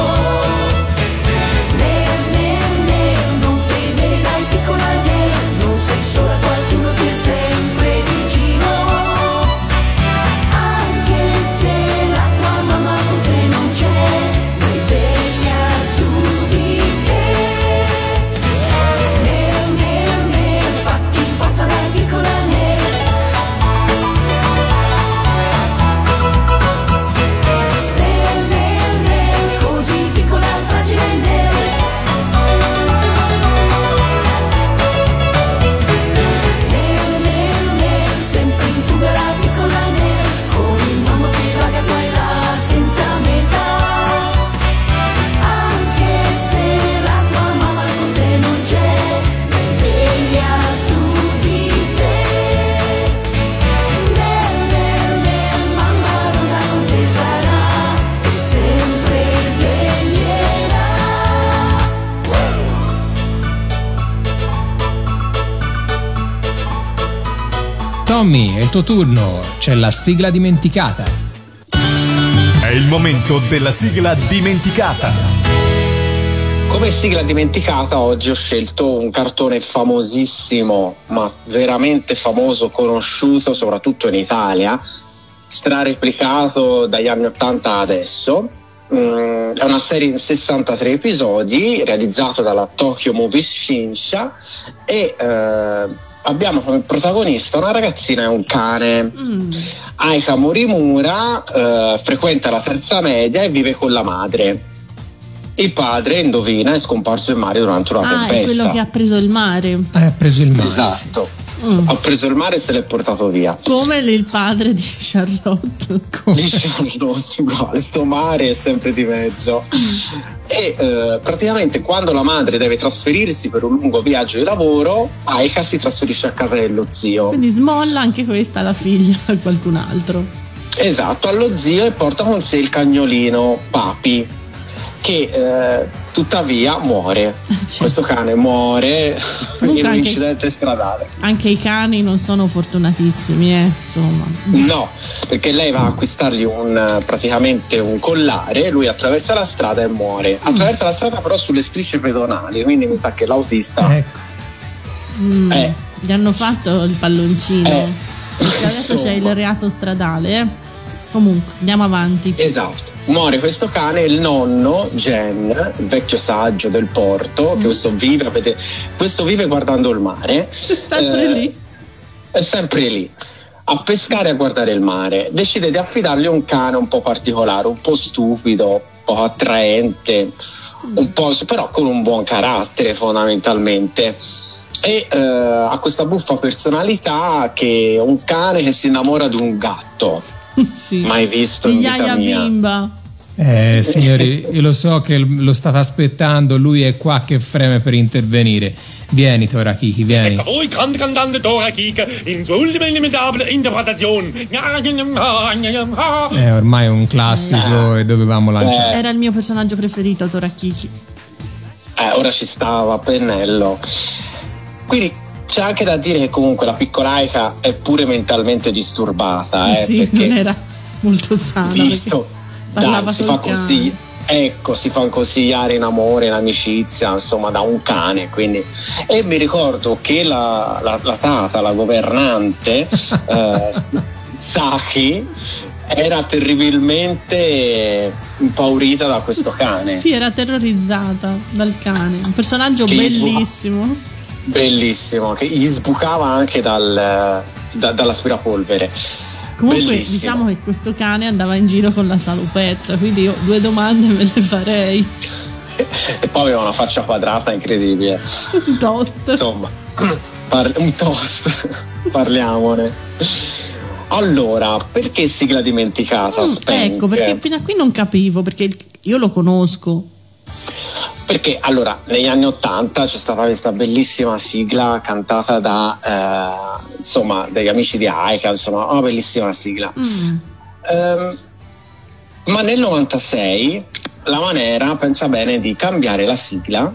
Nel, non temere dai piccola Nel, non sei sola, qualcuno ti è sempre vicino. Anche se la tua mamma con te non c'è, lei veglia su di te. Nel, fatti forza dai piccola Nel. Nel, così piccola, fragile Nel. Nel, sempre in fuga la piccola Nel, come il mamma che vaga qua e là senza metà. Anche se la tua mamma con te non c'è, lei veglia su di te. Nel, mamma rosa con te sarà e sempre veglierà. Tommy, è il tuo turno, c'è la sigla dimenticata. È il momento della sigla dimenticata. Come sigla dimenticata oggi ho scelto un cartone famosissimo, ma veramente famoso, conosciuto soprattutto in Italia, strareplicato dagli anni 80 adesso. È una serie in 63 episodi realizzato dalla Tokyo Movies Shinsha e abbiamo come protagonista una ragazzina e un cane. Aika Morimura frequenta la terza media e vive con la madre. Il padre, indovina, è scomparso in mare durante una tempesta. È quello che ha preso il mare. Ha preso il mare. Esatto. Ha preso il mare e se l'è portato via. Come il padre di Charlotte. Di Charlotte, uguale, sto mare è sempre di mezzo. E praticamente quando la madre deve trasferirsi per un lungo viaggio di lavoro, Aika si trasferisce a casa dello zio. Quindi smolla anche questa la figlia a qualcun altro. Esatto, allo zio, e porta con sé il cagnolino Papi, che tuttavia muore. Questo cane muore in un incidente stradale. Anche i cani non sono fortunatissimi, insomma. No, perché lei va a acquistargli praticamente un collare, lui attraversa la strada e muore. Attraversa la strada però sulle strisce pedonali, quindi mi sa che l'autista gli hanno fatto il palloncino. Perché adesso c'è il reato stradale, Comunque, andiamo avanti. Esatto. Muore questo cane, il nonno, Jen, il vecchio saggio del porto, che questo vive guardando il mare. È sempre lì. È sempre lì, a pescare e a guardare il mare. Decide di affidargli un cane un po' particolare, un po' stupido, un po' attraente, un po' però con un buon carattere fondamentalmente. E ha questa buffa personalità, che è un cane che si innamora di un gatto. Sì. Mai visto in vita Yaya mia. Bimba. Signori, io lo so che lo state aspettando, lui è qua che freme per intervenire. Vieni Tora Kiki, vieni. Ecco voi, grande cantante Tora Kiki, in sua ultima inimitable interpretazione. Ormai è un classico e dovevamo lanciare. Era il mio personaggio preferito, Tora Kiki. Ora ci stava a pennello. Quindi c'è anche da dire che comunque la piccola Aika è pure mentalmente disturbata, sì, perché non era molto sana. Visto, si fa così, si fa consigliare in amore, in amicizia, insomma, da un cane, quindi. E mi ricordo che la tata, la governante Saki, era terribilmente impaurita da questo cane. Sì, era terrorizzata dal cane, un personaggio bellissimo. Bellissimo, che gli sbucava anche dall'aspirapolvere. Comunque bellissimo. Diciamo che questo cane andava in giro con la salupetta, quindi io 2 domande me le farei. E poi aveva una faccia quadrata incredibile. Un toast. Insomma, un toast. Parliamone. Allora, perché sigla dimenticata? Ecco, perché fino a qui non capivo, perché io lo conosco. Perché allora negli anni '80 c'è stata questa bellissima sigla cantata dagli amici di Aika, insomma, una bellissima sigla. Ma nel '96 la Manera pensa bene di cambiare la sigla.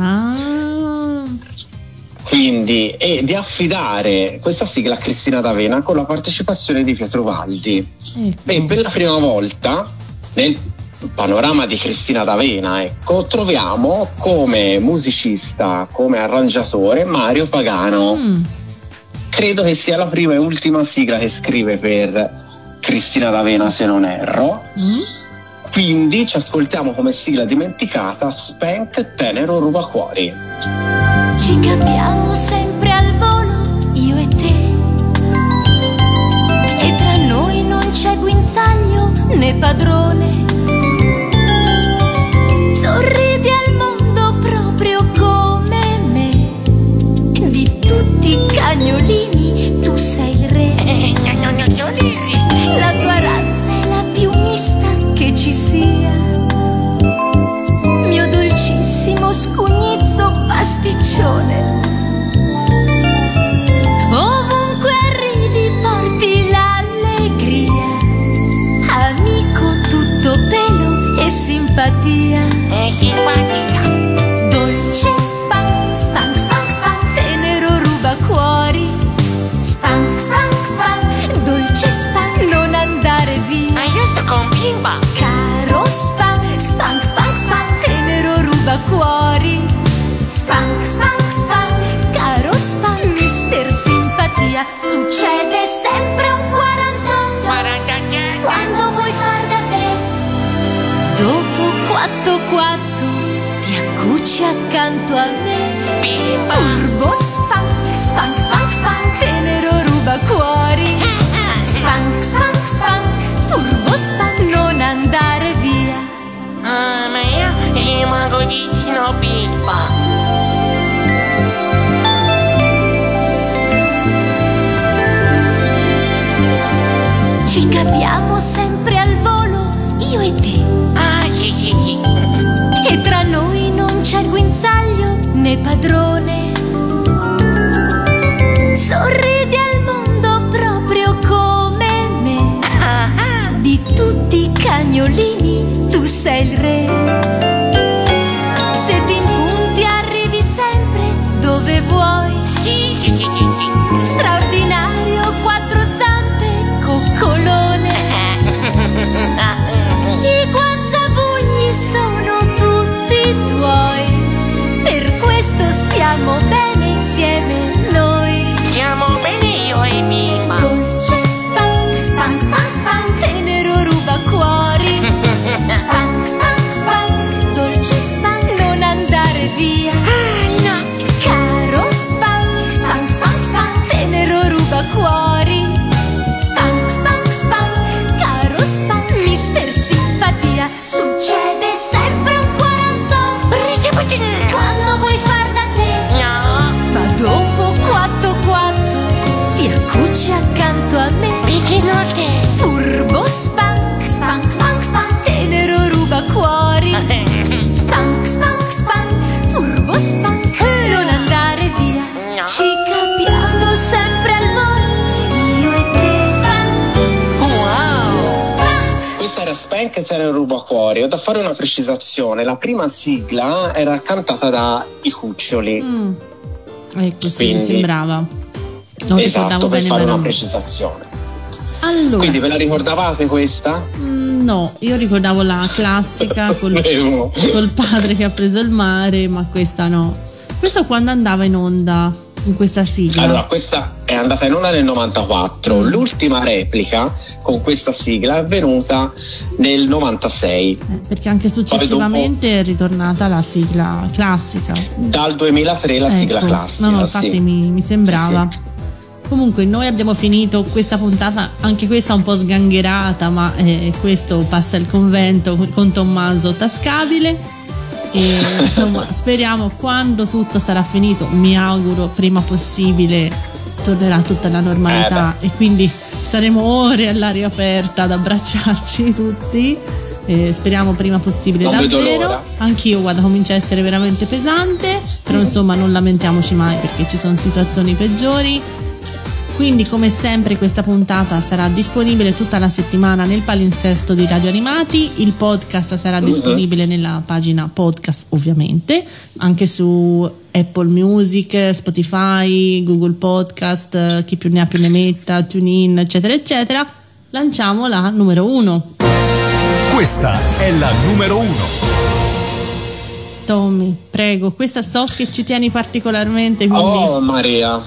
Quindi, e di affidare questa sigla a Cristina D'Avena con la partecipazione di Pietro Valdi. E per la prima volta nel panorama di Cristina D'Avena, troviamo come musicista, come arrangiatore Mario Pagano. Credo che sia la prima e ultima sigla che scrive per Cristina D'Avena, se non erro. Quindi ci ascoltiamo come sigla dimenticata Spank Tenero Rubacuori. Ci capiamo sempre al volo, io e te, e tra noi non c'è guinzaglio né padrone. Sorridi al mondo proprio come me, di tutti i cagnolini tu sei il re. La tua razza è la più mista che ci sia, mio dolcissimo scugnizzo pasticcione. Ovunque arrivi porti l'allegria, amico tutto pelo e simpatia. Dolce spank, spank, spank, spank, tenero rubacuori. Spank, spank, spank, dolce spank, non andare via. Ma io sto con bimba. Caro spank, spank, spank, spank, tenero rubacuori. Spank, spank, spank, caro spank, mister simpatia. Succede sempre un 48 quando vuoi far da te. Dopo 4 ti accucci accanto a me. bimba. Furbo Spank, Spank, Spank, Spank, tenero ruba cuori. Spank, Spank, Spank, furbo Spank, non andare via. Ah, ma io rimango vicino bimba. Ci capiamo sempre al volo, io e te. Ah, sì, sì, sì. E tra noi non c'è guinzaglio né padrone. Sorridi al mondo proprio come me. Di tutti i cagnolini tu sei il re. Se ti impunti arrivi sempre dove vuoi. Sì, sì, sì, sì, sì. Straordinario, quattro zampe, coccolone. I guazzabugli sono tutti tuoi. Per questo stiamo bene insieme noi. Stiamo bene io e bimba. Dolce Spank, Spank, Spank, Spank, tenero ruba cuori. Spank, Spank, Spank, dolce Spank, non andare via. No. Caro Spank, Spank, Spank, Spank, tenero ruba cuori. Spank, Spank, Spank, caro Spank, mister simpatia. Succede sempre un 48 quando vuoi far da te. No. Ma dopo 4-4 ti accucci accanto a me. Vicino a te. Furbo Spank, Spank, Spank, Spank, tenero ruba cuori. Spank, Spank, Spank, furbo Spank, non andare via. No. Ci capiamo sempre al volo, io e te. Spank, Wow. Spank. Questa era Spank e Tenero ruba cuori. Ho da fare una precisazione: la prima sigla era cantata da I Cuccioli. Ecco, sì, mi Quindi- sembrava. Non Esatto, ricordavo per bene fare il una nome. precisazione. Allora, Quindi ve la ricordavate questa? no, io ricordavo la classica Sapevo. col padre che ha preso il mare, ma questa no. Questo quando andava in onda, in questa sigla? Allora, questa è andata in onda nel 94. L'ultima replica con questa sigla è avvenuta nel 96. Perché anche successivamente è ritornata la sigla classica. Dal 2003 la sigla Ecco. classica. No, infatti sì. mi sembrava. Sì, Comunque noi abbiamo finito questa puntata, anche questa un po' sgangherata, ma questo passa il convento con Tommaso tascabile. E insomma, speriamo quando tutto sarà finito, mi auguro prima possibile tornerà tutta la normalità e quindi saremo ore all'aria aperta ad abbracciarci tutti. Speriamo prima possibile, Non vedo davvero. l'ora. Anch'io, guarda, comincia a essere veramente pesante, però insomma non lamentiamoci mai perché ci sono situazioni peggiori. Quindi come sempre questa puntata sarà disponibile tutta la settimana nel palinsesto di Radio Animati, il podcast sarà disponibile nella pagina podcast ovviamente, anche su Apple Music, Spotify, Google Podcast, chi più ne ha più ne metta, TuneIn eccetera eccetera. Lanciamo la numero 1. Questa è la numero 1. Tommy, prego, questa so che ci tieni particolarmente, quindi Oh Maria.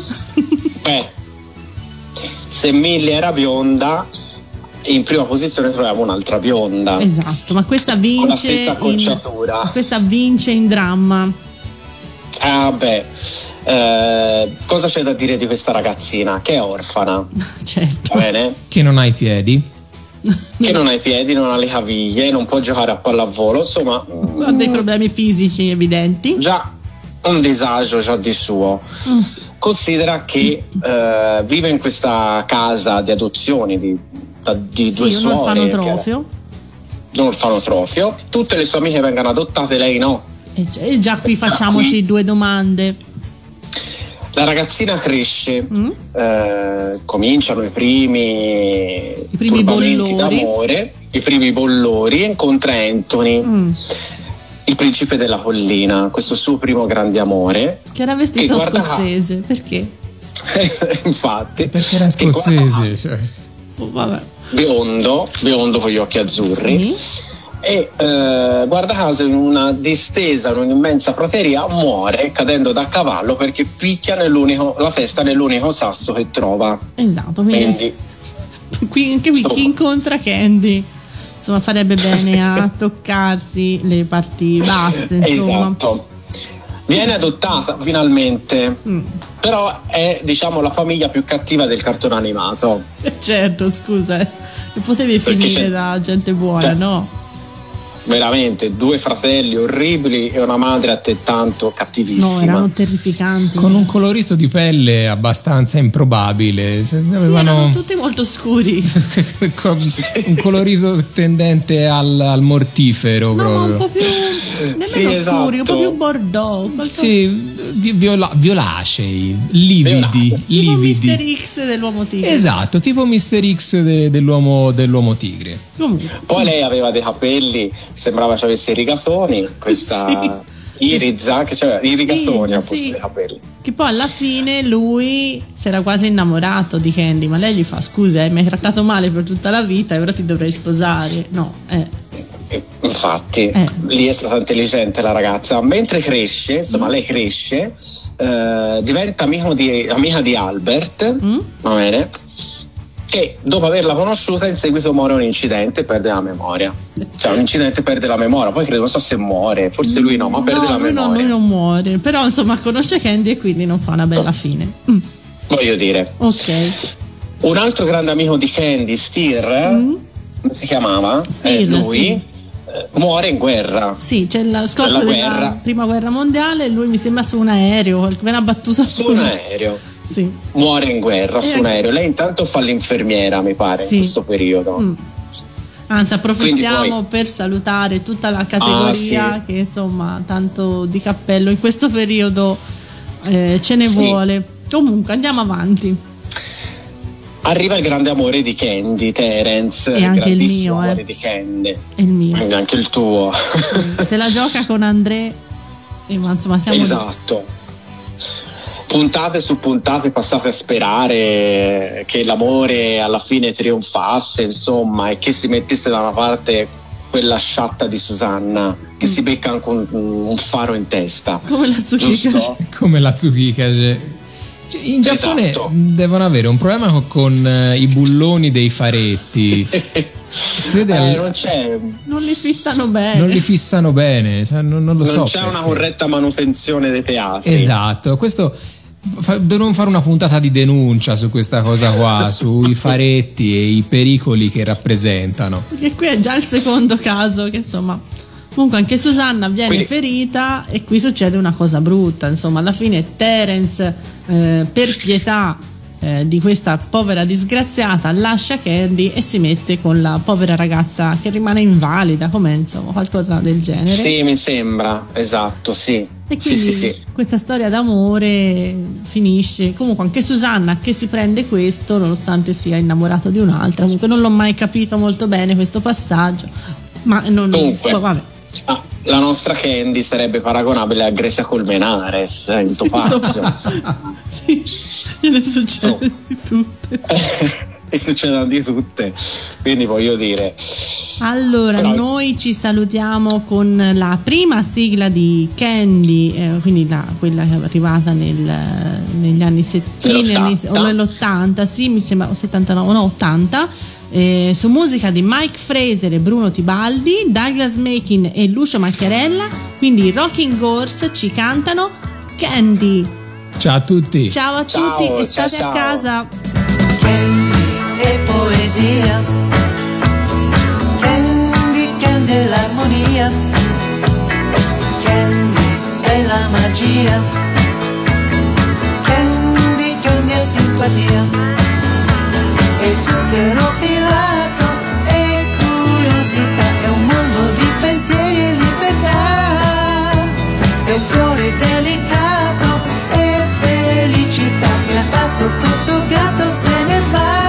Se Millie era bionda, in prima posizione troviamo un'altra bionda. esatto, ma questa Con la vince stessa acconciatura. questa vince in dramma. Ah beh, cosa c'è da dire di questa ragazzina? Che è orfana, Certo. va bene? Che non ha i piedi. Che non ha i piedi, non ha le caviglie, non può giocare a pallavolo, insomma Ha dei problemi fisici evidenti. già un disagio già di suo. Considera che vive in questa casa di adozioni di due Sì, un suore, orfanotrofio. un orfanotrofio. Tutte le sue amiche vengono adottate, lei no. E già qui facciamoci due domande. La ragazzina cresce, cominciano i primi turbamenti bollori. d'amore, i primi bollori, e incontra Anthony, il principe della collina, questo suo primo grande amore. Che era vestito Che guarda- scozzese. Perché? Infatti, Perché era che guarda- scozzese. Cioè. Oh, vabbè. biondo con gli occhi azzurri. E guarda caso in una distesa, in un'immensa prateria, muore cadendo da cavallo perché picchia la testa nell'unico sasso che trova. Esatto, quindi Quindi anche qui chi incontra Candy insomma farebbe bene a toccarsi le parti basse, insomma. esatto. Viene adottata finalmente, però è, diciamo, la famiglia più cattiva del cartone animato. Certo, scusa, potevi finire da gente buona, no? Veramente, 2 fratelli orribili e una madre altrettanto cattivissima. No, erano terrificanti. Con un colorito di pelle abbastanza improbabile. Erano tutti molto scuri. Un colorito tendente al mortifero, no, proprio. Un po' più nemmeno scuri, un po' più bordeaux. Sì, violacei, lividi. Tipo Mister X dell'uomo tigre. Esatto, tipo Mister X dell'uomo tigre. Poi lei aveva dei capelli, sembrava ci avesse i rigatoni, questa Irizza che c'era i rigatoni al posto dei capelli. Che poi alla fine lui si era quasi innamorato di Candy, ma lei gli fa: scusa, mi hai trattato male per tutta la vita e ora ti dovrei sposare. No, Infatti lì è stata intelligente la ragazza. Mentre cresce, insomma, lei cresce, diventa amica di Albert, va bene, e dopo averla conosciuta in seguito muore un incidente e perde la memoria. Cioè un incidente, perde la memoria, poi credo, non so se muore, forse lui no, ma perde la memoria. Lui non muore, però insomma conosce Candy e quindi non fa una bella fine. Voglio dire. Ok. Un altro grande amico di Candy, Steer, come si chiamava? Lui muore in guerra. Sì, c'è la scoppio della prima guerra mondiale e lui mi sembra su un aereo, una battuta su un aereo. Sì. Muore in guerra su un aereo. Lei intanto fa l'infermiera, mi pare, in questo periodo. Anzi, approfittiamo per salutare tutta la categoria che insomma tanto di cappello in questo periodo ce ne vuole. Comunque andiamo avanti. Arriva il grande amore di Candy, Terence, e anche il mio amore di Candy. È il mio. E anche il tuo. Se la gioca con André, ma insomma siamo esatto. Puntate su puntate passate a sperare che l'amore alla fine trionfasse, insomma, e che si mettesse da una parte quella sciatta di Susanna che si becca anche un faro in testa. Come la Tsukikaze. Come la Tsukikaze. In Giappone devono avere un problema con i bulloni dei faretti. Si vede non li fissano bene. Non li fissano bene, cioè non lo so. Non c'è una corretta manutenzione dei teatri. Esatto, questo devono fare una puntata di denuncia su questa cosa qua, sui faretti e i pericoli che rappresentano. Perché qui è già il secondo caso che insomma. Comunque anche Susanna viene ferita e qui succede una cosa brutta, insomma alla fine Terence per pietà di questa povera disgraziata lascia Candy e si mette con la povera ragazza che rimane invalida, come insomma qualcosa del genere. Sì, mi sembra, esatto, sì. E quindi sì. Questa storia d'amore finisce. Comunque anche Susanna che si prende questo nonostante sia innamorato di un'altra. Comunque non l'ho mai capito molto bene questo passaggio, ma non vabbè. La nostra Candy sarebbe paragonabile a Grecia Colmenares in Topazio. Sì, gliene succede di tutte. E succedono di tutte, quindi voglio dire. Allora, noi ci salutiamo con la prima sigla di Candy, quindi quella che è arrivata negli anni 70 o nell'80, sì, mi sembra 79, no 80, su musica di Mike Fraser e Bruno Tibaldi, Douglas Makin e Lucio Macchiarella, quindi i Rocking Horse ci cantano Candy. Ciao a tutti. Ciao a tutti e state a casa. Candy e poesia, Candy, Candy è l'armonia, Candy è la magia, Candy, Candy è simpatia, è zucchero filato, è curiosità, è un mondo di pensieri e libertà, è un fiore delicato, è felicità, che a spasso col suo gatto se ne va.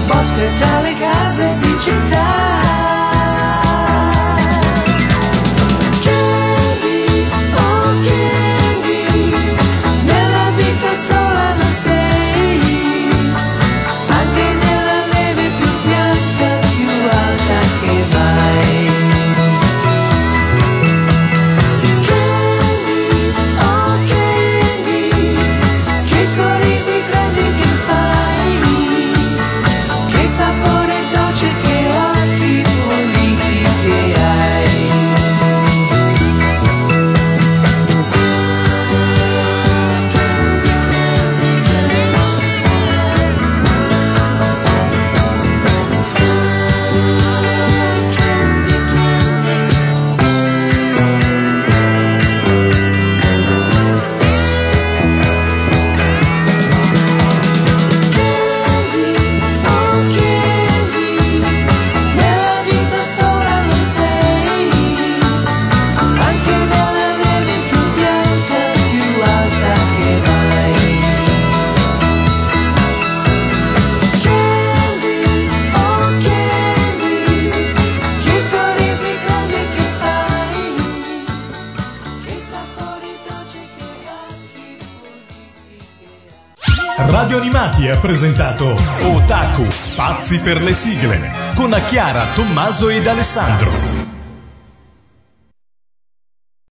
bosco e tra le case di città. Candy, oh Candy, nella vita sola non sei, anche nella neve più bianca, più alta che mai. Candy, oh Candy, che sorrisi grandi che fai, che sapore dolce, che occhi puliti che hai. Radio Animati ha presentato Otaku, pazzi per le sigle, con Chiara, Tommaso ed Alessandro.